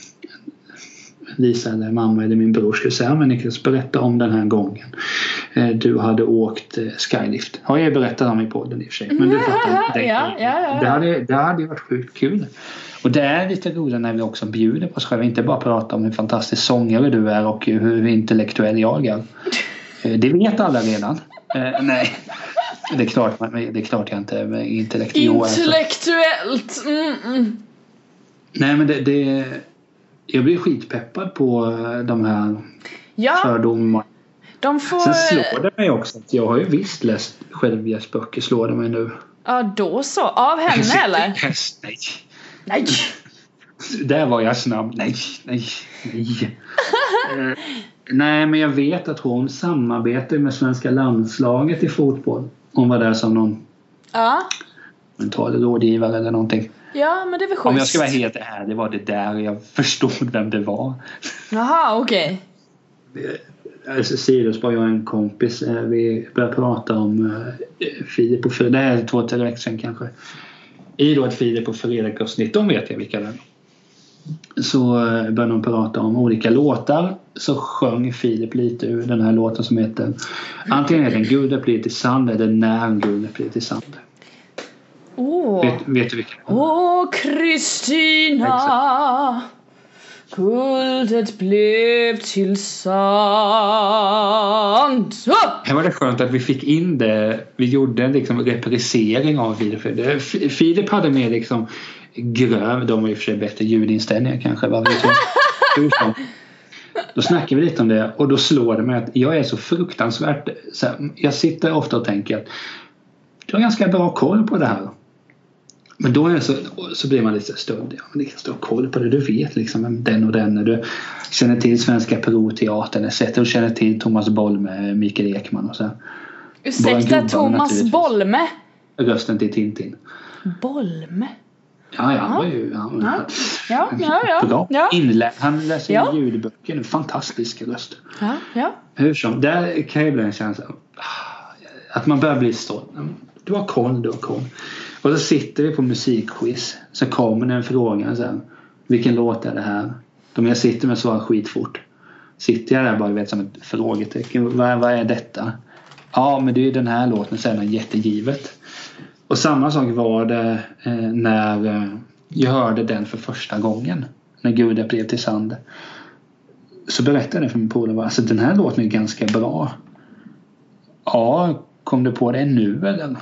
Lisa eller mamma eller min bror skulle säga, men Niklas, berätta om den här gången eh, du hade åkt eh, skylift. Har jag berättat om i podden i och för sig, men du fattar, det, ja, ja, ja. Det, hade, det hade ju varit sjukt kul. Och det är lite roligt när vi också bjuder på oss själva, inte bara prata om hur fantastisk sångare du är och hur intellektuell jag är. Det vet alla redan. Eh, nej, det är klart, det är klart jag inte är intellektuell. Intellektuellt. Mm, mm. Nej, men det, det, jag blir skitpeppad på de här ja. fördomarna. De får... Sen slår det mig också att jag har ju visst läst självhjälpsböcker, slår det mig nu. Ja, då så. Av henne jag eller? Häst, nej. Nej. Där var jag snabb. Nej, nej, nej. Nej, men jag vet att hon samarbetar med svenska landslaget i fotboll. Hon var där som någon Ja. mental rådgivare eller någonting. Ja, men det är väl schysst. Om jag ska vara helt ärlig, det var det där jag förstod vem det var. Jaha, okej. Okay. Sirius var jag en kompis. Vi började prata om Filip och Fredrik. Det är två, tre veckor sedan kanske. I då ett Filip och Fredrik avsnitt, de vet jag vilka det är. Så började de prata om olika låtar. Så sjöng Filip lite ur den här låten som heter antingen heter den Guld blir till sand eller När guld blir till sand. Åh, Vet, vet du vilken? Åh Kristina, guldet blev till sand. Oh! Här var det skönt att vi fick in det. Vi gjorde en liksom reprisering av Filip. Filip hade mer liksom gröv. De var i och för sig bättre ljudinställningar kanske. Vad vet jag. Då snackar vi lite om det. Och då slår det mig att jag är så fruktansvärt så här, jag sitter ofta och tänker att du har ganska bra koll på det här. Men då är så, så blir man lite stöd. Ja, men liksom, du har koll på det. Du vet liksom vem den och den. Du känner till Svenska Peru-teatern. Du känner till Thomas Bolme, Mikael Ekman och så. Ursäkta, Thomas Bolme? Rösten till Tintin. Bolme? Ja, ja, han var ju... Han, ja, ja, ja, ja, bra. ja. Inlä- han läser ja. ljudböcker. En fantastisk röst. Ja, ja. Hur som, där kan jag ibland känna att man börjar bli stolt. Du har koll, du har koll. Och så sitter vi på musikquiz. Så kommer det en fråga så här, vilken låt är det här? Om jag sitter med och svarar skitfort. Sitter jag där bara vet som ett frågetecken. Vad, vad är detta? Ja, men det är ju den här låten. Så är den jättegivet. Och samma sak var det eh, när eh, jag hörde den för första gången. När Gud blev till sand. Så berättade jag för min polare. Alltså den här låten är ganska bra. Ja, kom du på det nu eller?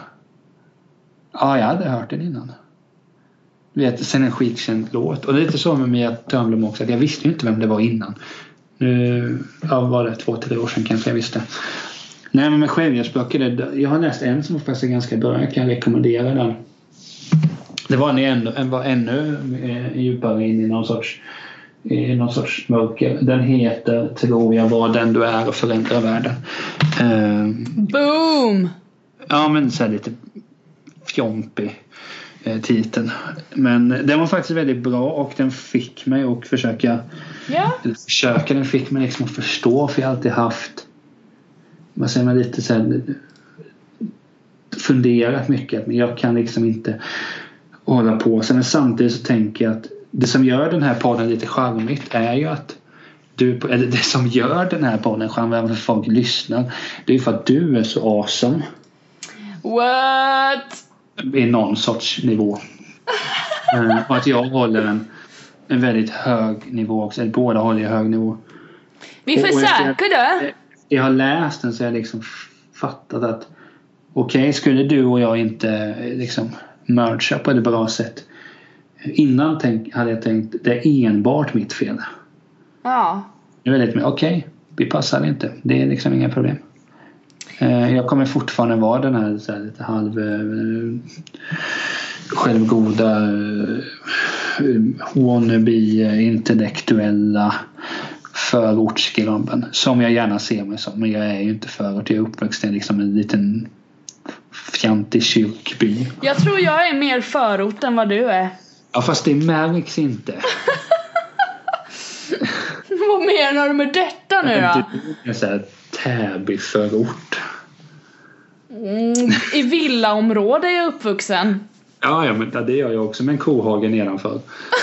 Ja, jag hade hört den innan. Vet, sen en skitkänd låt. Och det är lite så med Mia Törnblom också. Att jag visste ju inte vem det var innan. Nu ja, var det två, tre år sedan kanske jag visste. Nej, men med självhjälpsböcker. Jag har läst en som faktiskt är ganska bra. Jag kan rekommendera den. Det var en ännu, en var ännu djupare in i någon sorts, i någon sorts mörker. Den heter Tror jag var den du är och förändrar världen. Uh, Boom! Ja, men så här lite fjompig eh, titeln. Men den var faktiskt väldigt bra och den fick mig att försöka yeah. försöka, den fick mig liksom att förstå, för jag har alltid haft vad säger man lite så här, funderat mycket, men jag kan liksom inte hålla på. Sen men samtidigt så tänker jag att det som gör den här podden lite charmigt är ju att du, eller det som gör den här podden charmig, varför folk lyssnar, det är för att du är så awesome. What? I någon sorts nivå. uh, och att jag håller en, en väldigt hög nivå också. Eller båda håller i hög nivå. Vi försöker då. Jag har läst den så jag liksom fattat att okej, okay, skulle du och jag inte liksom mergea på ett bra sätt. Innan tänk, hade jag tänkt det är enbart mitt fel. Ja. Nu är det lite mer okej, okay, vi passar inte. Det är liksom inga problem. Jag kommer fortfarande vara den här, så här lite halv uh, självgoda uh, wannabe intellektuella förortsgrabben som jag gärna ser mig som, men jag är ju inte förort. Jag är uppväxt i liksom en liten fjantig kyrkby. Jag tror jag är mer förort än vad du är. Ja, fast det märks inte. Vad menar du med detta nu då? Det är så här Täby-förort. Mm, i villaområde är jag uppvuxen. Ja, ja, men det gör jag också, med en kohage nedanför.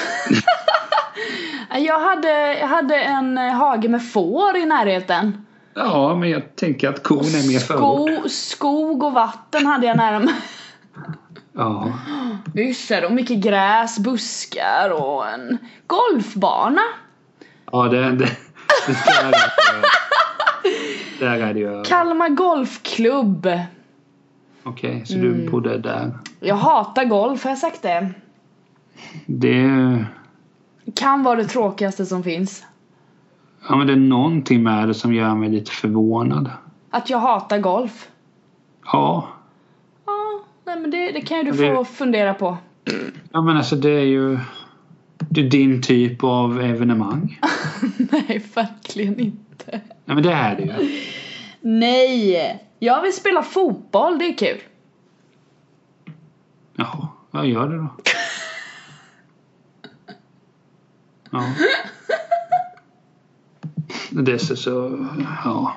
jag, hade, jag hade en hage med får i närheten. Ja, men jag tänker att kon är mer förort. Skog och vatten hade jag nära mig. Ja. Visst är det, och mycket gräs, buskar och en golfbana. Ja, det, det, det där, där är det ju. Kalmar golfklubb. Okej, okay, så mm. du bodde där. Jag hatar golf, har jag sagt det? Det kan vara det tråkigaste som finns. Ja, men det är någonting med det som gör mig lite förvånad. Att jag hatar golf? Ja. Ja, nej men det, det kan ju du det, få fundera på. Ja, men alltså det är ju det är din typ av evenemang. Nej, verkligen inte. Ja, men det är det ju. Nej. Jag vill spela fotboll, det är kul. Jaha, vad gör du då? Ja. Det är så, så ja.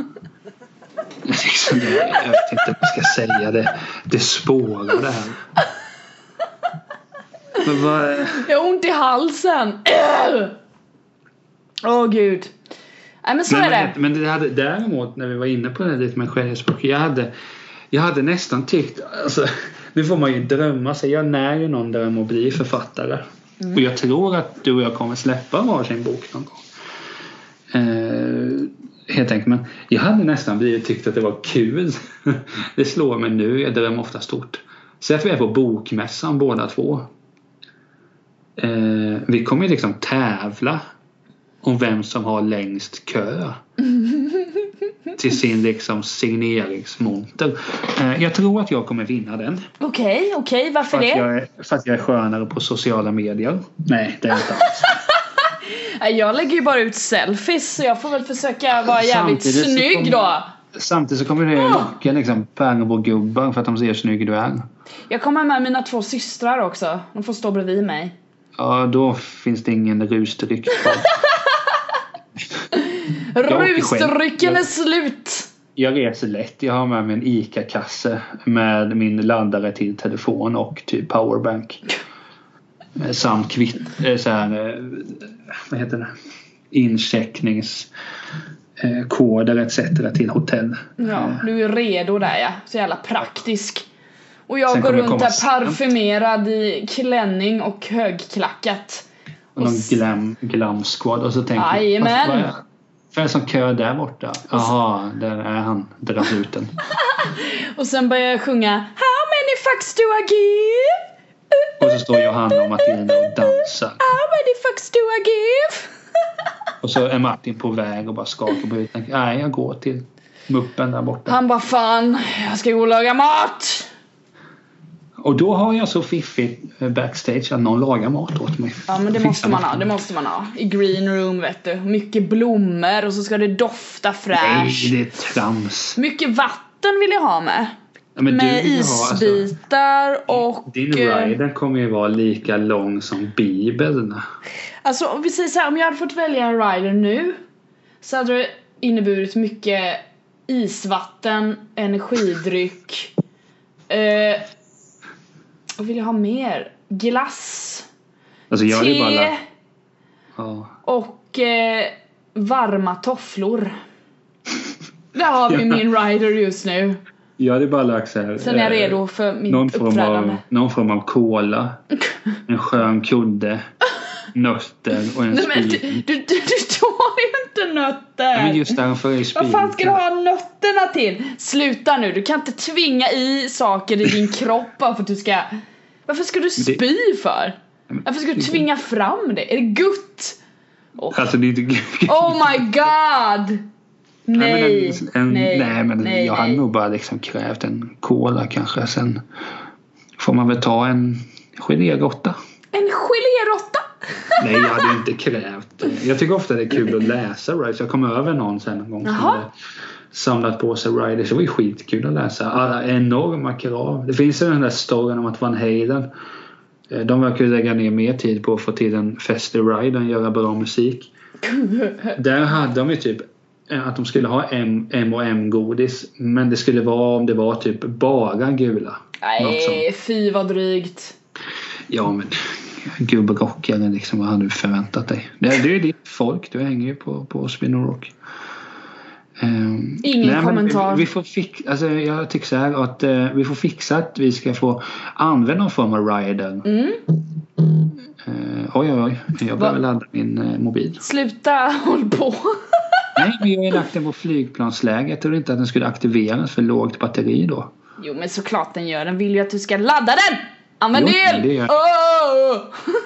Liksom det, jag vet inte vad jag ska säga. Det, det spårar det här. Men vad... Jag har ont i halsen. Åh oh, gud. Nej men så men, är det. Men, men det hade, däremot när vi var inne på det lite med självspråk. Jag hade, jag hade nästan tyckt, alltså, nu får man ju drömma sig. Jag när ju någon dröm att bli författare. Mm. Och jag tror att du och jag kommer släppa varsin bok någon gång. Eh, helt enkelt. Men jag hade nästan blivit tyckt att det var kul. Det slår mig nu. Jag drömmer ofta stort. Så jag är på bokmässan båda två. Eh, vi kommer ju liksom tävla om vem som har längst kö till sin liksom signeringsmonter. Eh, jag tror att jag kommer vinna den. Okej, okay, okej. Okay. Varför för det? Jag är, för att jag är skönare på sociala medier. Nej, det är inte alls. Jag lägger ju bara ut selfies, så jag får väl försöka vara jävligt samtidigt snygg kommer, då. Samtidigt så kommer det oh. locka liksom Pärnebo-gubbar för att de ser snygg du är. Jag kommer med mina två systrar också. De får stå bredvid mig. Ja, då finns det ingen rusdryck kvar. Rusdrycken är slut. Jag reser lätt. Jag har med mig en ICA-kasse med min laddare till telefon och typ powerbank. Samt kvitt, så här, vad heter det? Incheckningskoder et cetera till hotell. Ja, du är redo där, ja. Så jävla praktisk. Och jag går runt där parfymerad i klänning och högklackat. Och någon glam, glam squad. Och så tänker jag, vad är för en sån kö där borta? Jaha, där är han, drabuten. Och sen börjar jag sjunga How many fucks do I give? Och så står Johanna och Martina och dansar. How many fucks do I give? Och så är Martin på väg och bara skakar på huvudet. Nej, jag går till muppen där borta. Han bara, fan, jag ska gå och laga mat. Och då har jag så fiffigt backstage att någon lagar mat åt mig. Ja, men det måste man ha, det måste man ha. I green room, vet du. Mycket blommor och så ska det dofta fräsch. Nej, det är trams. Mycket vatten vill jag ha med. Ja, men med du isbitar ha, alltså, och... Din rider kommer ju vara lika lång som Bibeln. Alltså, om vi säger så här, om jag hade fått välja en rider nu så hade det inneburit mycket isvatten, energidryck. Eh... Vad vill jag ha mer? Glass. Alltså jag te. Bara la... ja. Och eh, varma tofflor. Där har vi min rider just nu. Jag hade bara lagt så här. Sen är jag redo för min någon form uppträdande. Av, någon form av cola. En skön kudde. Nötter och en Nej, men du, spik. du, du, du tar ju inte nötter. Ja, men just därför är spik. Vad fan ska du ha nötterna till? Sluta nu, du kan inte tvinga i saker i din kropp bara för att du ska... Varför ska du spy för? Varför ska du tvinga fram det? Är det gutt? Oh, alltså, det är inte... oh my god! Nej, nej, en, nej, nej, men nej, jag hade nej. nog bara liksom krävt en cola kanske. Sen får man väl ta en geléråtta. En geléråtta? Nej, jag hade inte krävt. Jag tycker ofta det är kul att läsa Riders. Jag kom över någon sen en gång som hade samlat på sig Riders. Det var ju skitkul att läsa. Alla enorma krav. Det finns ju den där storyn om att Van Halen, de verkar lägga ner mer tid på att få till en festlig ride än göra bra musik. Där hade de ju typ att de skulle ha M, M och M-godis. Men det skulle vara om det var typ bara gula. Nej, fy vad drygt. Ja, men gubbrockare liksom, vad hade du förväntat dig? Det är ju ditt folk, du hänger ju på, på Spin Rock. Um, Ingen nej, kommentar. Vi, vi får fix, alltså, jag tycker så här att uh, vi får fixa att vi ska få använda någon form av rider. Mm. Uh, oj, oj, oj. Jag behöver ladda min uh, mobil. Sluta, håll på. Nej, men jag har lagt den på flygplansläge. Jag tror inte att den skulle aktiveras för lågt batteri då. Jo, men såklart den gör. Den vill ju att du ska ladda den. Använd el! Det oh!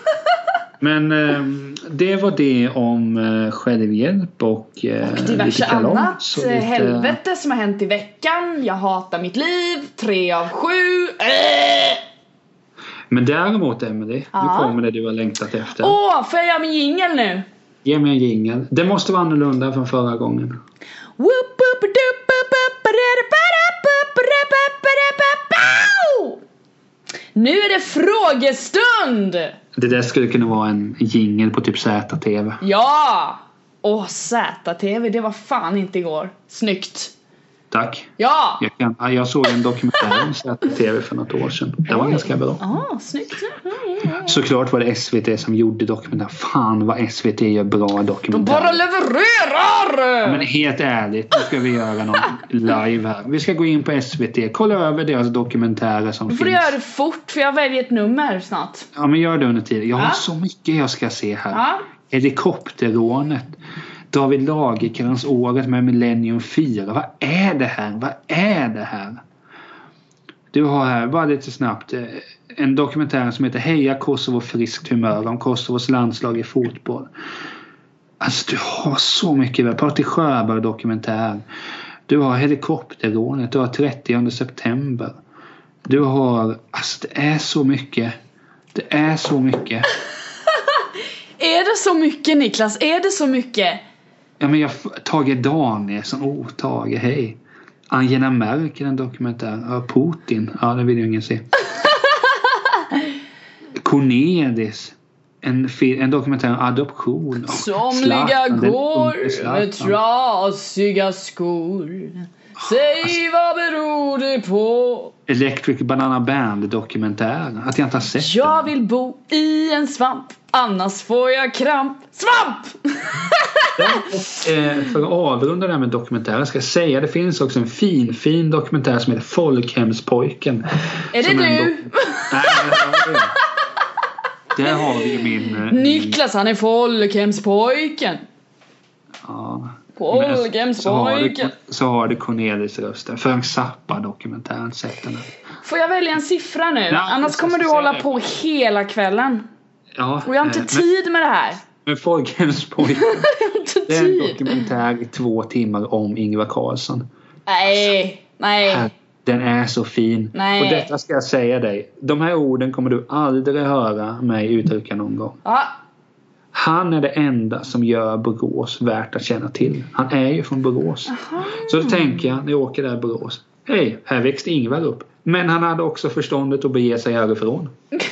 Men eh, det var det om eh, självhjälp och, eh, och diverse annat lite... helvete som har hänt i veckan. Jag hatar mitt liv. Tre av sju. Äh! Men däremot, Emily, ja. Nu kommer det du har längtat efter. Åh, får jag göra min jingle nu? Ge mig en jingle. Det måste vara annorlunda från förra gången. Whoop, whoop, doop, boop, boop. Nu är det frågestund. Det där skulle kunna vara en jingle på typ Z T V. Ja. Åh, Z T V, det var fan inte igår. Snyggt. Tack. Ja. Jag, kan, jag såg en dokumentär om Z T V för något år sedan. Det var ganska bra. Ja, snyggt. Såklart var det S V T som gjorde dokumentär. Fan vad S V T gör bra dokumentärer. De bara levererar! Ja, men helt ärligt, nu ska vi göra något live här. Vi ska gå in på S V T, kolla över deras dokumentärer som finns. Du får finns. göra det fort, för jag väljer ett nummer snart. Ja, men gör det under tiden. Jag har ja. så mycket jag ska se här. Ja. Helikopterrånet. David Lagercrantz året med Millennium fyra. Vad är det här? Vad är det här? Du har här, bara lite snabbt, en dokumentär som heter Heja Kosovo friskt humör om Kosovos landslag i fotboll. Alltså du har så mycket. Patrik Sjöberg dokumentär. Du har helikopterrånet. Du har trettionde september. Du har, alltså det är så mycket. Det är så mycket. Är det så mycket, Niklas? Är det så mycket? Ja, men jag Tage Danielsson. Åh, oh, Tage, hej. Angela Merkel, en dokumentär. Ja, Putin. Ja, det vill ju ingen se. Cornelis. En, en dokumentär om adoption. Oh, somliga Zlatan, går med trasiga skor. Säg vad beror det på? Electric Banana Band dokumentär. Att jag inte har sett Jag den. vill bo i en svamp, annars får jag kramp. Svamp! eh, för att avrunda det här med dokumentären ska jag säga, det finns också en fin, fin dokumentär som heter Folkhemspojken. Är det du? Nej, det är där har vi min... Eh, Niklas, han är folkhemspojken. Ja. Folkhemspojken. Så har det, så har det Cornelis rösten. Frank Zappa dokumentären, sett den. Får jag välja en siffra nu? Nej, annars kommer du hålla det. på hela kvällen. Ja, och jag har inte eh, tid men, med det här. Men Folkhemspojken. Det är en tid. dokumentär i två timmar om Ingvar Carlsson. Nej, nej. Den är så fin. Nej. Och detta ska jag säga dig. De här orden kommer du aldrig höra mig uttrycka någon gång. Ja. Han är det enda som gör Borås värt att känna till. Han är ju från Borås. Aha. Så då tänker jag när jag åker där i Borås. Hej, här växte Ingvar upp. Men han hade också förståndet att bege sig härifrån.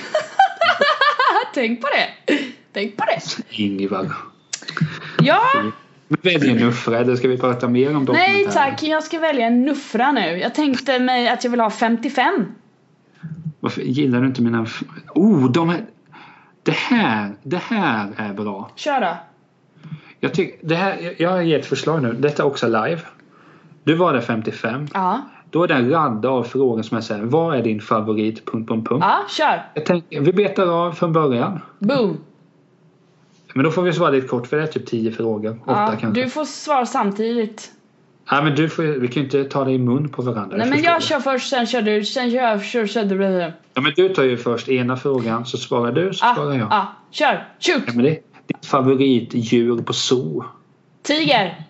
Tänk på det. Tänk på det. Ingvar. Ja. Men välj en nuffra, eller ska vi prata mer om dokumentären? Nej tack, jag ska välja en nuffra nu. Jag tänkte mig att jag vill ha femtiofem. Varför gillar du inte mina... Oh, de här... Det här, det här är bra. Kör då. Jag tycker, det här, jag har gett förslag nu. Detta är också live. Du var det femtiofem. Ja. Då är det en radda av frågor som jag säger. Vad är din favorit? Punkt, punkt, punkt. Ja, kör. Jag tänker, vi betar av från början. Boom. Men då får vi svara lite kort, för det är typ tio frågor. Ja, åtta kanske. du får svara samtidigt. Ja, men du får, vi kan ju inte ta det i mun på varandra. Nej, men jag kör först, sen kör du. Sen kör jag, kör, kör du. Ja, men du tar ju först ena frågan, så svarar du, så ah, svarar jag. Ah, kör. Shoot. Ja, men det är ditt favoritdjur på zoo. Tiger.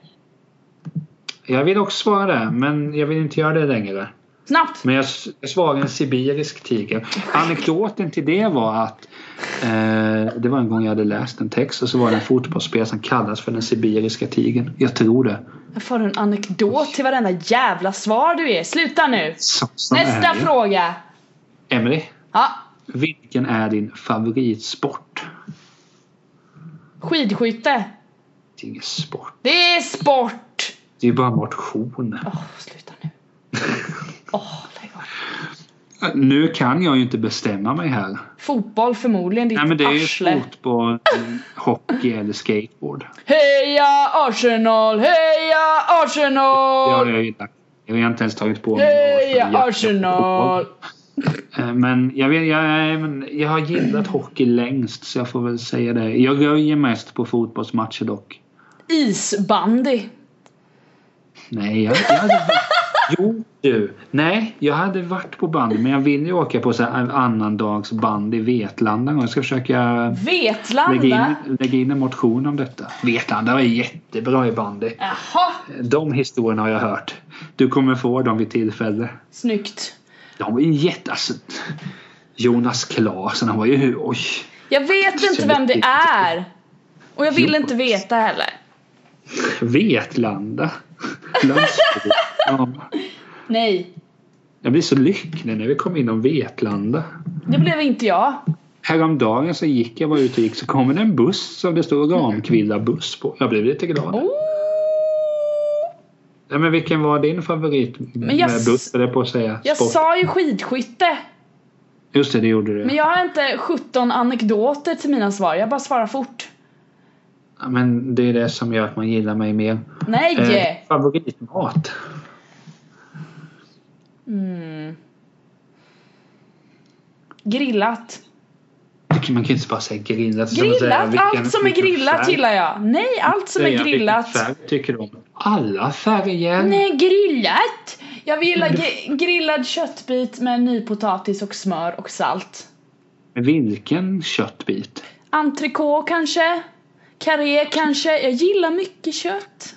Jag vill också svara det, men jag vill inte göra det längre. Snabbt. Men jag, jag svarar en sibirisk tiger. Anekdoten till det var att eh, det var en gång jag hade läst en text, och så var det en fotbollsspelare som kallas för den sibiriska tigern. Jag tror det. Jag får en anekdot till varenda jävla svar du är. Sluta nu. Så, så Nästa fråga. Emily. Ja. Vilken är din favoritsport? Skidskytte. Det är ingen sport. Det är sport. Det är bara motion. Åh, oh, sluta nu. Åh, oh, lägg av. Nu kan jag ju inte bestämma mig här. Fotboll förmodligen, ditt Nej, men det är arsle. ju fotboll, hockey eller skateboard. Heja Arsenal, heja Arsenal. Det har jag ju lagt. Jag har inte ens tagit på mig. Heja Arsenal. Men jag, vet, jag, men jag har gillat hockey längst, så jag får väl säga det. Jag röjer mest på fotbollsmatcher dock. Isbandy. Nej, jag, jag hade varit, jo du. Nej, jag hade varit på bandy, men jag vill ju åka på så här en annan dags bandy i Vetlanda. Jag ska försöka Vetlanda? lägga in, lägga in en motion om detta. Vetlanda är jättebra i bandy. Jaha. De historierna har jag hört. Du kommer få dem vid tillfälle. Snyggt. De var ju jätte... Alltså, Jonas Klasen, han var ju... Oj. Jag vet inte vem det är. Och jag vill Jo. inte veta heller. Vetlanda. Landsbygd. Ja. Nej. Jag blir så lycklig när vi kom in om Vetlanda. Det blev inte jag. Häromdagen så gick jag bara ut och gick, så kommer det en buss som det står Ramkvilla buss på. Jag blev lite glad. Oh. Ja, men vilken var din favorit Men jag, med buss, eller på att säga? Jag Sport. sa ju skidskytte. Just det, det gjorde du. Men jag har inte sjutton anekdoter till mina svar. Jag bara svarar fort. Ja, men det är det som gör att man gillar mig mer. Nej! Eh, favoritmat? Mm. Grillat. Man kan inte bara säga grillat. Grillat, säga, vilken, allt som är grillat färg. gillar jag. Nej, allt som säga, är grillat. Vilken färg tycker du om? Alla färger. Nej, grillat. Jag vill ha gr- grillad köttbit med nypotatis och smör och salt. Vilken köttbit? Entrecote kanske. Karré kanske. Jag gillar mycket kött.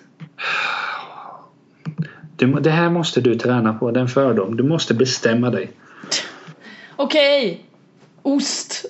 Det, det här måste du träna på, den fördom. Du måste bestämma dig. Okej. Okay. Ost.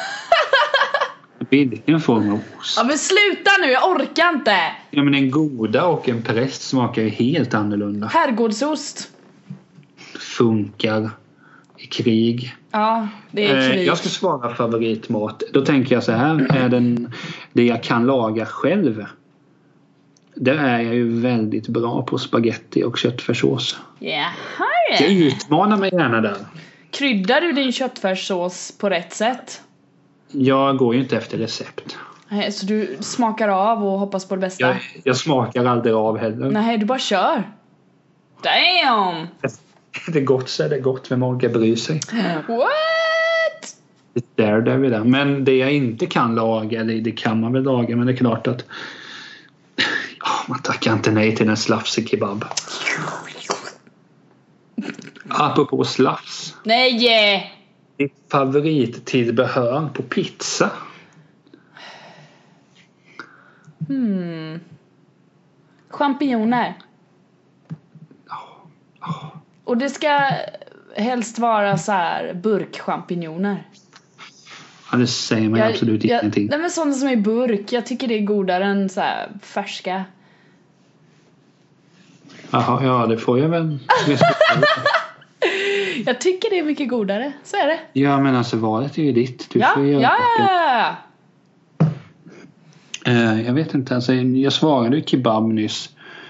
Vilken form av ost? Ja, men sluta nu, jag orkar inte. Ja, men en goda och en präst smakar ju helt annorlunda. Herrgårdsost. Funkar i krig. Ja, det är krig. Eh, jag ska svara favoritmat. Då tänker jag så här. Är den, det jag kan laga själv. Där är jag ju väldigt bra på spaghetti och köttfärssås. Jaha. Jag utmanar mig gärna där. Kryddar du din köttfärssås på rätt sätt? Jag går ju inte efter recept. Nej, så du smakar av och hoppas på det bästa? Jag, jag smakar aldrig av heller. Nej, du bara kör. Damn! Det är gott så är det gott. Vem orkar bry sig? What? Det är där vi där. Men det jag inte kan laga, eller det kan man väl laga, men det är klart att ja, man tackar inte nej till en slafsig kebab. Apropå slafs. Nej! Ditt favorittillbehör på pizza? Hmm. Champinjoner. Oh, oh. Och det ska helst vara så här burkchampinjoner. Ja, det säger man jag, absolut jag, ingenting. Nej, men sådana som är i burk. Jag tycker det är godare än så här färska. Jaha, ja, det får jag väl. Jag tycker det är mycket godare. Så är det. Ja, men alltså valet är ju ditt. Du ja, får göra ja, ja. Uh, jag vet inte. Alltså, jag svarade ju kebab nyss.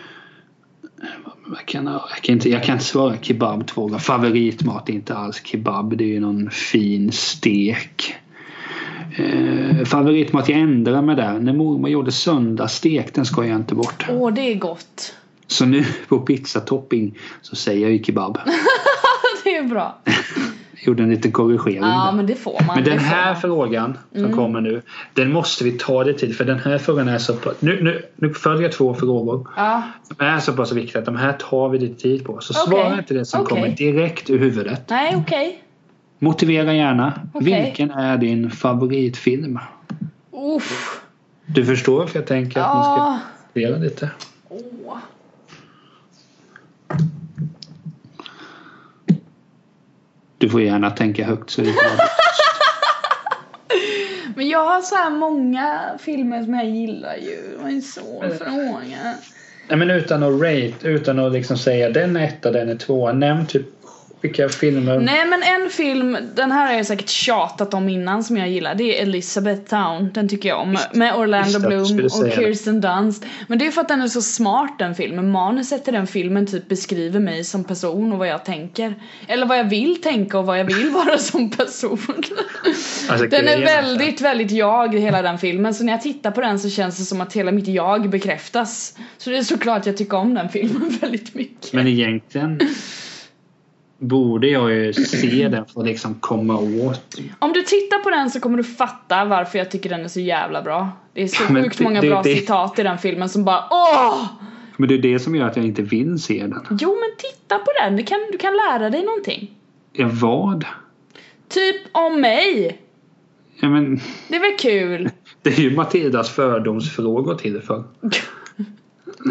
Jag kan, jag, kan inte, jag kan inte svara kebab två gånger. Favoritmat är inte alls kebab. Det är ju någon fin stek. Uh, favoritmat, jag ändrar mig där. När mormor gjorde söndagsstek, den ska jag inte bort. Åh, det är gott. Så nu på pizzatopping så säger jag ju kebab. Det är bra. Jag gjorde en liten korrigering. Ja, där. Men det får man. Men den det här frågan som mm. kommer nu, den måste vi ta det till. För den här frågan är så pass... Nu, nu, nu följer två frågor. Ja. De är så pass viktiga att de här tar vi lite tid på. Så okay. svara inte det som okay. kommer direkt ur huvudet. Nej, okej. Okay. Motivera gärna. Okay. Vilken är din favoritfilm? Uff. Du förstår, för jag tänker att ja. ni ska motivera lite. Åh. Du får gärna tänka högt så det är Men jag har så här många filmer som jag gillar ju. Det är en svår fråga. Nej, men utan att rate, utan att liksom säga den är etta, den är två. Nämn typ vilka filmer. Nej, men en film, den här har jag säkert tjatat om innan som jag gillar. Det är Elizabeth Town, den tycker jag om. Just, med Orlando Bloom och Kirsten Dunst. Men det är för att den är så smart, den filmen. Manuset till den filmen typ beskriver mig som person och vad jag tänker. Eller vad jag vill tänka och vad jag vill vara som person. Alltså, den är väldigt, väldigt jag, hela den filmen. Så när jag tittar på den så känns det som att hela mitt jag bekräftas. Så det är såklart jag tycker om den filmen väldigt mycket. Men egentligen borde jag ju se den för att liksom komma åt. Om du tittar på den så kommer du fatta varför jag tycker den är så jävla bra. Det är så ja, sjukt det, många det, bra det, citat i den filmen som bara åh! Men det är det som gör att jag inte vill se den. Jo, men titta på den. Du kan, du kan lära dig någonting. Ja, vad? Typ om mig. Ja, men det är väl kul. Det är ju Matildas fördomsfrågor till för.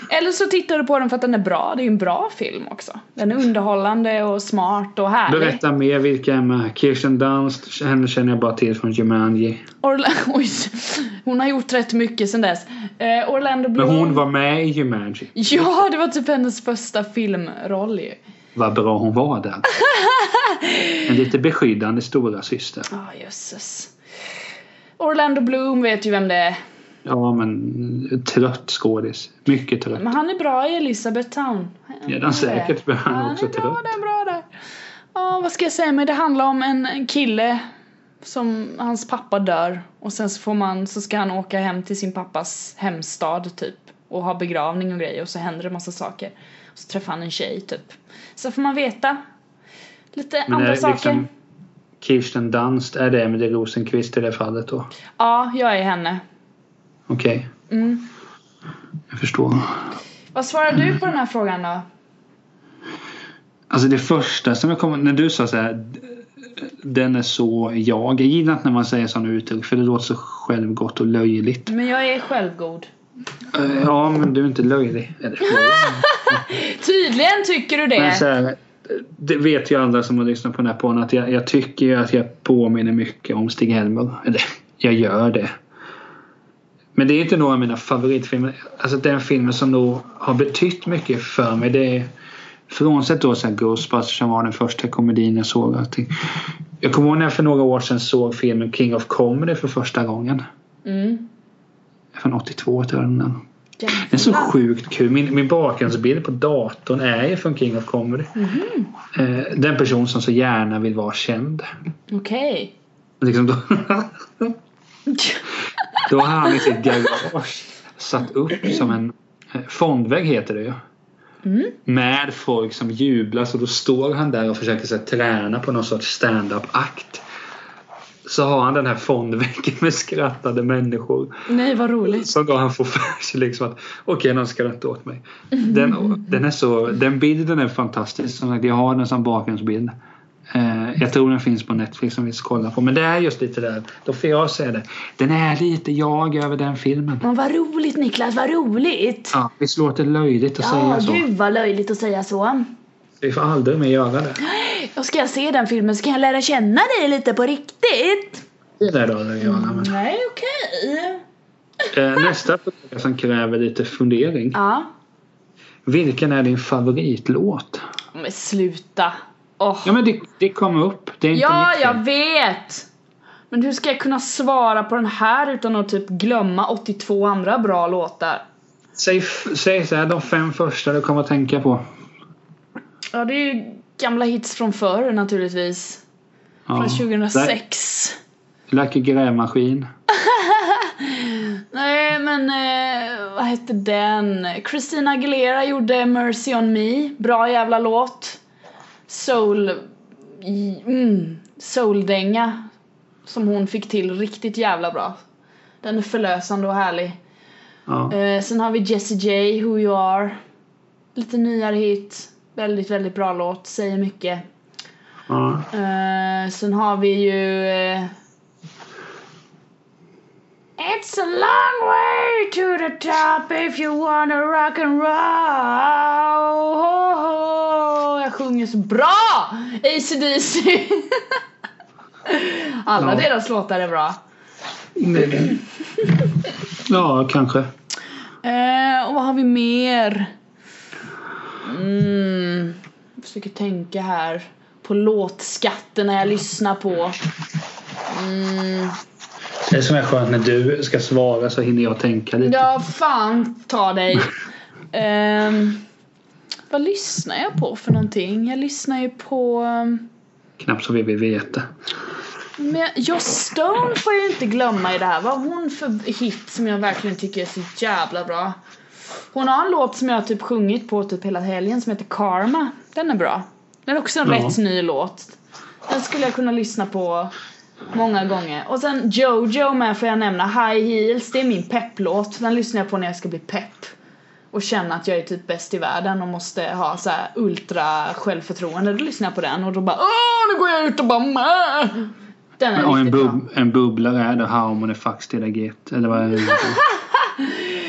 Eller så tittar du på den för att den är bra. Det är ju en bra film också. Den är underhållande och smart och härlig. Berätta mer vilka är med. Kirsten Dunst, henne känner jag bara till från Jumanji. Orla- Oj, hon har gjort rätt mycket sen dess. eh, Orlando Bloom. Men hon var med i Jumanji. Ja, det var typ hennes första filmroll ju. Vad bra hon var där. En lite beskyddande stora syster. Ja, oh, jösses. Orlando Bloom vet ju vem det är. Ja, men trött skådis. Mycket trött. Men han är bra i Elizabeth Town. Ja, den säkert blir han, han också trött. Han är bra där. Ja, vad ska jag säga? Men det handlar om en, en kille som hans pappa dör. Och sen så får man, så ska han åka hem till sin pappas hemstad typ. Och ha begravning och grejer. Och så händer det massa saker. Och så träffar han en tjej typ. Så får man veta lite men andra är saker. Liksom Kirsten Dunst, är det med det Rosenqvist i det fallet då? Ja, jag är henne. Okej. Okay. Mm. Jag förstår. Vad svarar du på den här frågan då? Alltså det första som jag kommer, när du sa så här, den är så jag. Jag gillar inte när man säger sån uttryck, för det låter så självgott och löjligt. Men jag är självgod. Ja, men du är inte löjlig. Eller, tydligen tycker du det. Men så här, det vet ju alla som har lyssnat på den här podden att jag, jag tycker ju att jag påminner mycket om Stig-Helmer. Eller, jag gör det. Men det är inte några av mina favoritfilmer. Alltså den filmen som nog har betytt mycket för mig, det är frånsett då så här Ghostbusters som var den första komedin jag såg. Allting. Jag kommer ihåg när jag för några år sedan såg filmen King of Comedy för första gången. Mm. Från åttiotvå tror jag den. Det är så sjukt kul. Min, min bakgrundsbild på datorn är ju från King of Comedy. Mm. Eh, den person som så gärna vill vara känd. Okej. Okay. Liksom då, då har han i sitt garage satt upp som en eh, fondvägg heter det ju. Mm. Med folk som jublar, så då står han där och försöker så här, träna på någon sorts stand-up-akt. Så har han den här fondväggen med skrattade människor. Nej, vad roligt. Så då han får för sig liksom att okej, okay, de skrattar åt mig. Den, den är så, den bilden är fantastisk. Som sagt, jag har den som bakgrundsbild. Eh, jag tror den finns på Netflix som vi ska kolla på. Men det är just lite där, då får jag säga det. Den är lite jag över den filmen. Men vad roligt Niklas, vad roligt. Ja, visst låter det löjligt att ja, säga så. Ja, gud vad löjligt att säga så. Vi får aldrig mer göra det. Och ska jag se den filmen så kan jag lära känna dig lite på riktigt. Det är det då det gör. Men... Nej, okej. Okay. Eh, nästa fråga som kräver lite fundering. Ja. Vilken är din favoritlåt? Men sluta. Oh. Ja, men det, det kommer upp. Det är inte ja, mitt jag vet. Men hur ska jag kunna svara på den här utan att typ glömma åttiotvå andra bra låtar? Säg, säg så här, de fem första du kommer att tänka på. Ja, det är ju gamla hits från förr naturligtvis. Ja, från tjugohundrasex. Lucky Grävmaskin. Nej, men eh, vad hette den? Christina Aguilera gjorde Mercy on Me. Bra jävla låt. Soul mm, Soul-dänga som hon fick till riktigt jävla bra. Den är förlösande och härlig. Ja. eh, Sen har vi Jessie J, Who You Are. Lite nyare hit. Väldigt, väldigt bra låt. Säger mycket. Ja. eh, Sen har vi ju eh, It's a long way to the top if you wanna rock and roll. Jag sjunger så bra! A C D C. Alla ja. Deras låtar är bra. Nej. Ja, kanske. Eh, och vad har vi mer? Mm, jag försöker tänka här på låtskatterna jag lyssnar på. Mm. Det är som är skönt när du ska svara så hinner jag tänka lite. Ja, fan, ta dig. um, Vad lyssnar jag på för någonting? Jag lyssnar ju på... Um, Knappt så vi vill veta. Men Joss Stone får jag inte glömma i det här. Vad har hon för hit som jag verkligen tycker är så jävla bra? Hon har en låt som jag har typ sjungit på typ hela helgen som heter Karma. Den är bra. Den är också en ja. rätt ny låt. Den skulle jag kunna lyssna på många gånger. Och sen Jojo med får jag nämna. High Heels, det är min pepplåt. Den lyssnar jag på när jag ska bli pepp. Och känna att jag är typ bäst i världen och måste ha så här ultra självförtroende. Då lyssnar jag på den och då bara åh, nu går jag ut och bara Mäh! Den är och en, bub- en bubblare är det How Many Fucks Did I Get? Eller vad är det?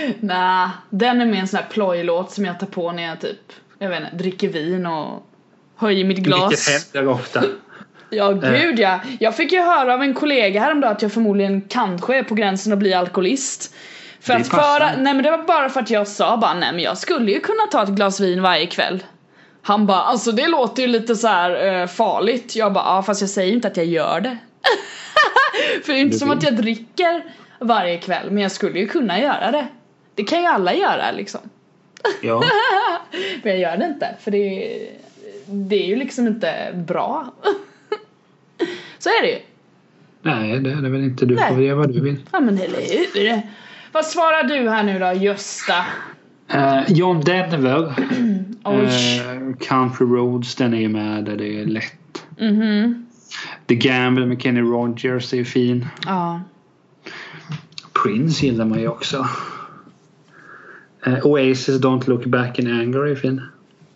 Nej, den är mer en sån här plojlåt som jag tar på när jag typ, jag vet inte, dricker vin och höjer mitt glas. Vilket händer ofta. Ja, gud ja. Jag fick ju höra av en kollega häromdagen att jag förmodligen kanske är på gränsen att bli alkoholist. För att föra, nej men det var bara för att jag sa bara, nej men jag skulle ju kunna ta ett glas vin varje kväll. Han bara, alltså det låter ju lite så här uh, farligt. Jag bara, ja fast jag säger inte att jag gör det. För det är inte som att jag dricker varje kväll, men jag skulle ju kunna göra det. Det kan ju alla göra liksom. Ja. Men jag gör det inte, för det, det är ju liksom inte bra. Så är det ju. Nej, det är det väl inte. Du nej. Får göra vad du vill. Ja, men eller hur? Vad svarar du här nu då, Gösta? Uh, John Denver. uh, Country Roads, den är ju med där det är lätt. Mhm. The Gamble med Kenny Rogers är ju fin. Ja. Prince gillar man ju också. uh, Oasis Don't Look Back in Anger är fin.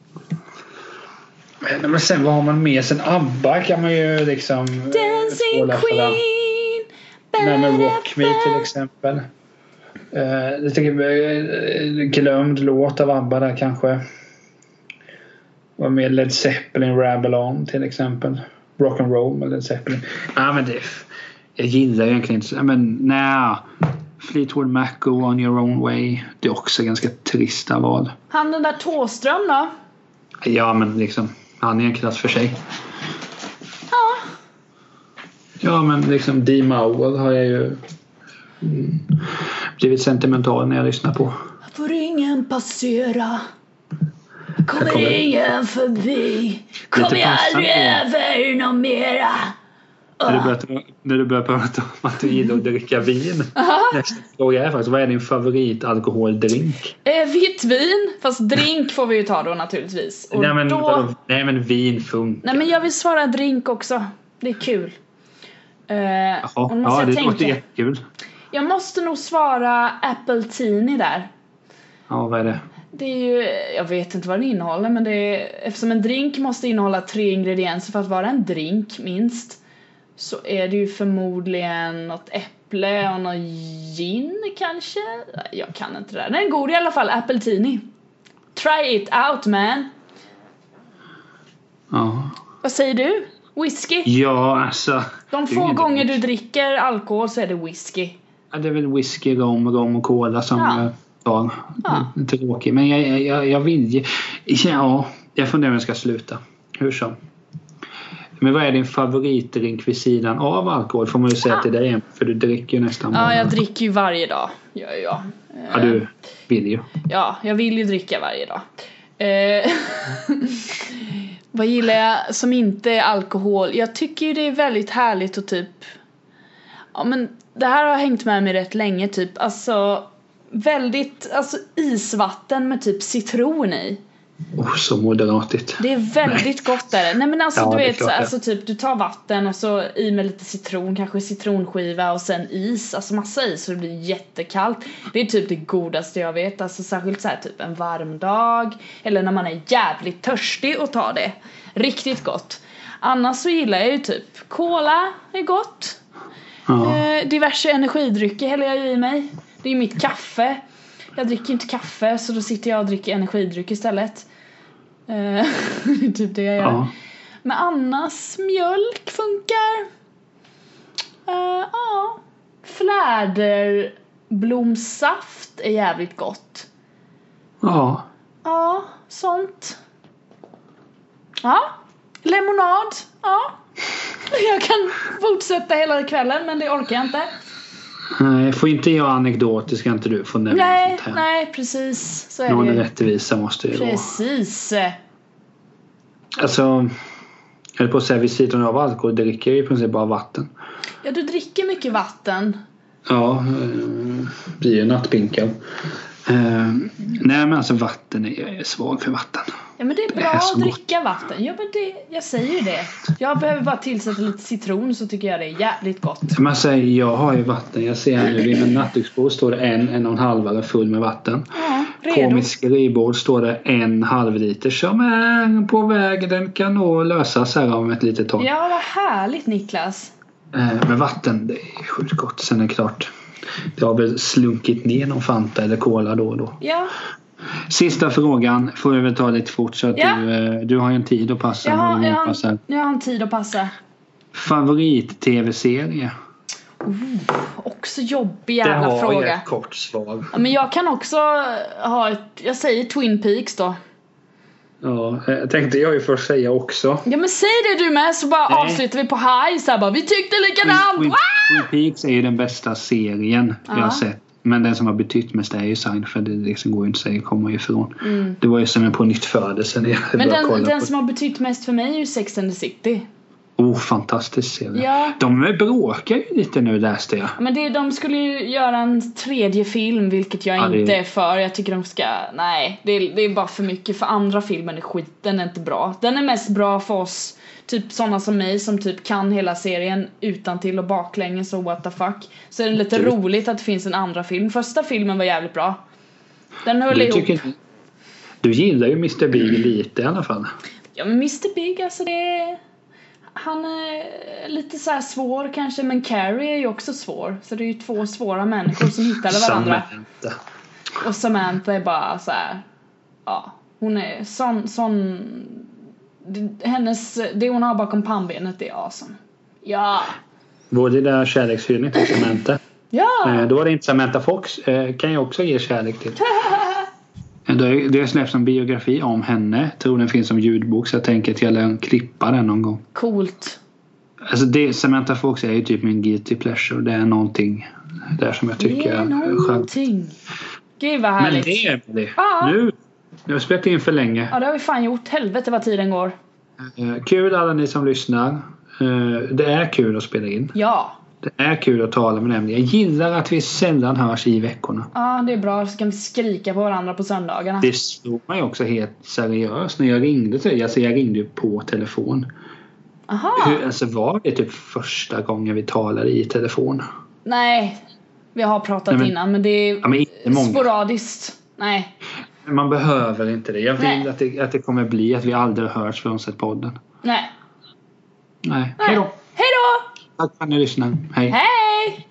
Men sen vad har man med? Sen ABBA kan man ju liksom Dancing Queen. Nej, men Rock Me till exempel. uh, Jag tycker uh, glömd låt av ABBA där kanske. Var med Led Zeppelin Ramble On till exempel. Rock and Roll med Led Zeppelin. Ja, men det, jag gillar egentligen inte. Men nej, Fleetwood Mac, Go On Your Own Way. Det är också ganska trista val. Han den där Thåström då? Ja, men liksom han är en klass för sig. Ja. Ja, men liksom Dee Mowell har jag ju mm, blivit sentimental när jag lyssnar på. Får ingen passera, kommer, kommer ingen förbi, kommer jag aldrig över någon mera. När du, börjar, när du börjar prata om att du gillar att dricka vin. Nästa fråga är faktiskt, vad är din favoritalkoholdrink? Eh, vitt vin, fast drink får vi ju ta då naturligtvis. Och nej, men, då... nej men vin funkar. Nej men jag vill svara drink också. Det är kul. Eh, Jaha, ja det låter jättekul. Jag måste nog svara Apple Teeny där. Ja, vad är det? Det är ju, jag vet inte vad den innehåller, men det är, eftersom en drink måste innehålla tre ingredienser för att vara en drink minst, så är det ju förmodligen något äpple och något gin kanske. Jag kan inte det där. Den är god i alla fall, Apple Teeny. Try it out, man. Ja. Vad säger du? Whisky? Ja, alltså. De få gånger du dricker alkohol så är det whisky. Ja, det är väl whisky, rom, rom och cola som ja. jag tar. Ja. Tråkigt. Men jag, jag, jag vill ju... Ja, jag funderar om jag ska sluta. Hur så? Men vad är din favoritdrink vid sidan av alkohol? Får man ju säga ah. till dig. För du dricker ju nästan Ja, bara. jag dricker ju varje dag. Ja, ja. Ja, du vill ju. Ja, jag vill ju dricka varje dag. Eh, vad gillar jag som inte är alkohol? Jag tycker ju det är väldigt härligt och typ... Ja, men det här har hängt med mig rätt länge typ. Alltså, väldigt... Alltså isvatten med typ citron i. Oh, så moderatigt. Det är väldigt Nej. gott där. Nej men alltså ja, du vet så, alltså typ du tar vatten och så i med lite citron, kanske citronskiva och sen is, alltså massa is så det blir jättekallt. Det är typ det godaste jag vet, alltså särskilt så här typ en varm dag eller när man är jävligt törstig och tar det. Riktigt gott. Annars så gillar jag ju typ cola är gott. Ja. Eh, diverse energidrycker häller jag i mig. Det är ju mitt kaffe. Jag dricker inte kaffe så då sitter jag och dricker energidryck istället. Uh, typ det jag gör. Ja. Men annars mjölk funkar. Uh, ja. Fläderblomsaft är jävligt gott. Ja. Ja, sånt. Ja. Lemonad. Ja. Jag kan fortsätta hela kvällen men det orkar jag inte. Nej, får inte jag anekdotisk ska inte du få nämna nej, sånt här. Nej, precis. Så är någon det ju. Rättvisa måste ju precis. Vara. Alltså, jag höll på att säga vid sidan av alkohol dricker jag i princip bara vatten. Ja, du dricker mycket vatten. Ja, blir ju nattpinkad. Uh, nej men alltså vatten är, jag är svag för vatten. Ja men det är bra det är att dricka gott. Vatten. Ja men det, jag säger ju det. Jag behöver bara tillsätta lite citron så tycker jag det är jävligt gott. Man säger jag har ju vatten. Jag ser nu vid min nattduksbord står det en, en och en halvare full med vatten. Ja, på mitt skrivbord står det en halv liter som är på väg. Den kan nog lösas här om ett litet tag. Ja vad härligt Niklas. Uh, men vatten det är sjukt gott. Sen är det klart. Det har väl slunkit ner någon Fanta eller Cola då och då. Ja. Sista frågan får jag väl ta lite fort så att Ja. du, du har ju en tid att passa. Jag har, du jag, har, passar. jag har en tid att passa. Favorit-tv-serie? Oh, också jobbig Det jävla har fråga. jag ett kort svar. Ja, men jag kan också ha ett, jag säger Twin Peaks då. Ja, jag tänkte jag ju först säga också. Ja men säg det du med så bara Nej. avslutar vi på high så här bara, vi tyckte Twin, likadant. Twin, Wow! Twin Peaks är ju den bästa serien jag Ja. har sett. Men den som har betytt mest är ju Seinfeld. Det liksom går ju inte att säga, kommer ifrån. Mm. Det var ju som en på nytt födelse när jag Men började den, kolla den på. som har betytt mest för mig är ju Sex and the City. Oh, fantastisk serie. Ja. De bråkar ju lite nu, läste jag. Men det, de skulle ju göra en tredje film, vilket jag Ja, det- inte är för. Jag tycker de ska, nej, det är, det är bara för mycket. För andra filmen är skit, den är inte bra. Den är mest bra för oss, typ sådana som mig som typ kan hela serien utan till och baklänges och what the fuck. Så är det lite Du- roligt att det finns en andra film. Första filmen var jävligt bra. Den höll Du, ihop. tycker, du gillar ju mister Big lite i alla fall. Ja men mister Big, alltså det är... Han är lite så här svår kanske, men Carrie är ju också svår. Så det är ju två svåra människor som hittade varandra. Samantha. Och Samantha är bara så här. Ja, hon är sån, sån det- hennes, det hon har bakom pannbenet är awesome. Ja. Både där kärlekshyllning till Samantha. Ja. Eh, Då var det inte Samantha Fox. eh, Kan jag också ge kärlek till. Eh, Det har- det har släppts en biografi om henne. Jag tror den finns som ljudbok. Så jag tänker att jag lär klippa den någon gång. Coolt. Alltså det, Samantha Fox är ju typ min guilty pleasure. Det är någonting där som jag tycker Det är skönt. någonting. Gud vad Men härligt. det är det. Ja. Nu, nu har vi spelat in för länge. Ja, det har vi fan gjort. Helvete vad tiden går. Eh, Kul alla ni som lyssnar. Eh, Det är kul att spela in. Ja. Det är kul att tala med nämligen. Jag gillar att vi sällan hörs i veckorna. Ja, det är bra. Så kan vi skrika på varandra på söndagarna. Det slog mig också helt seriöst när jag ringde till dig. Alltså jag ringde ju på telefon. Aha. Hur, alltså var det typ första gången vi talade i telefon? Nej, vi har pratat Nej, men- innan, men det är Ja, men inte många. sporadiskt. Nej. Man behöver inte det. Jag vill Nej. att det, att det kommer bli att vi aldrig hörs frånsett podden. Nej. Nej. Nej. Hej då. Hej då! Tack för att ni lyssnar. Hej. Hej!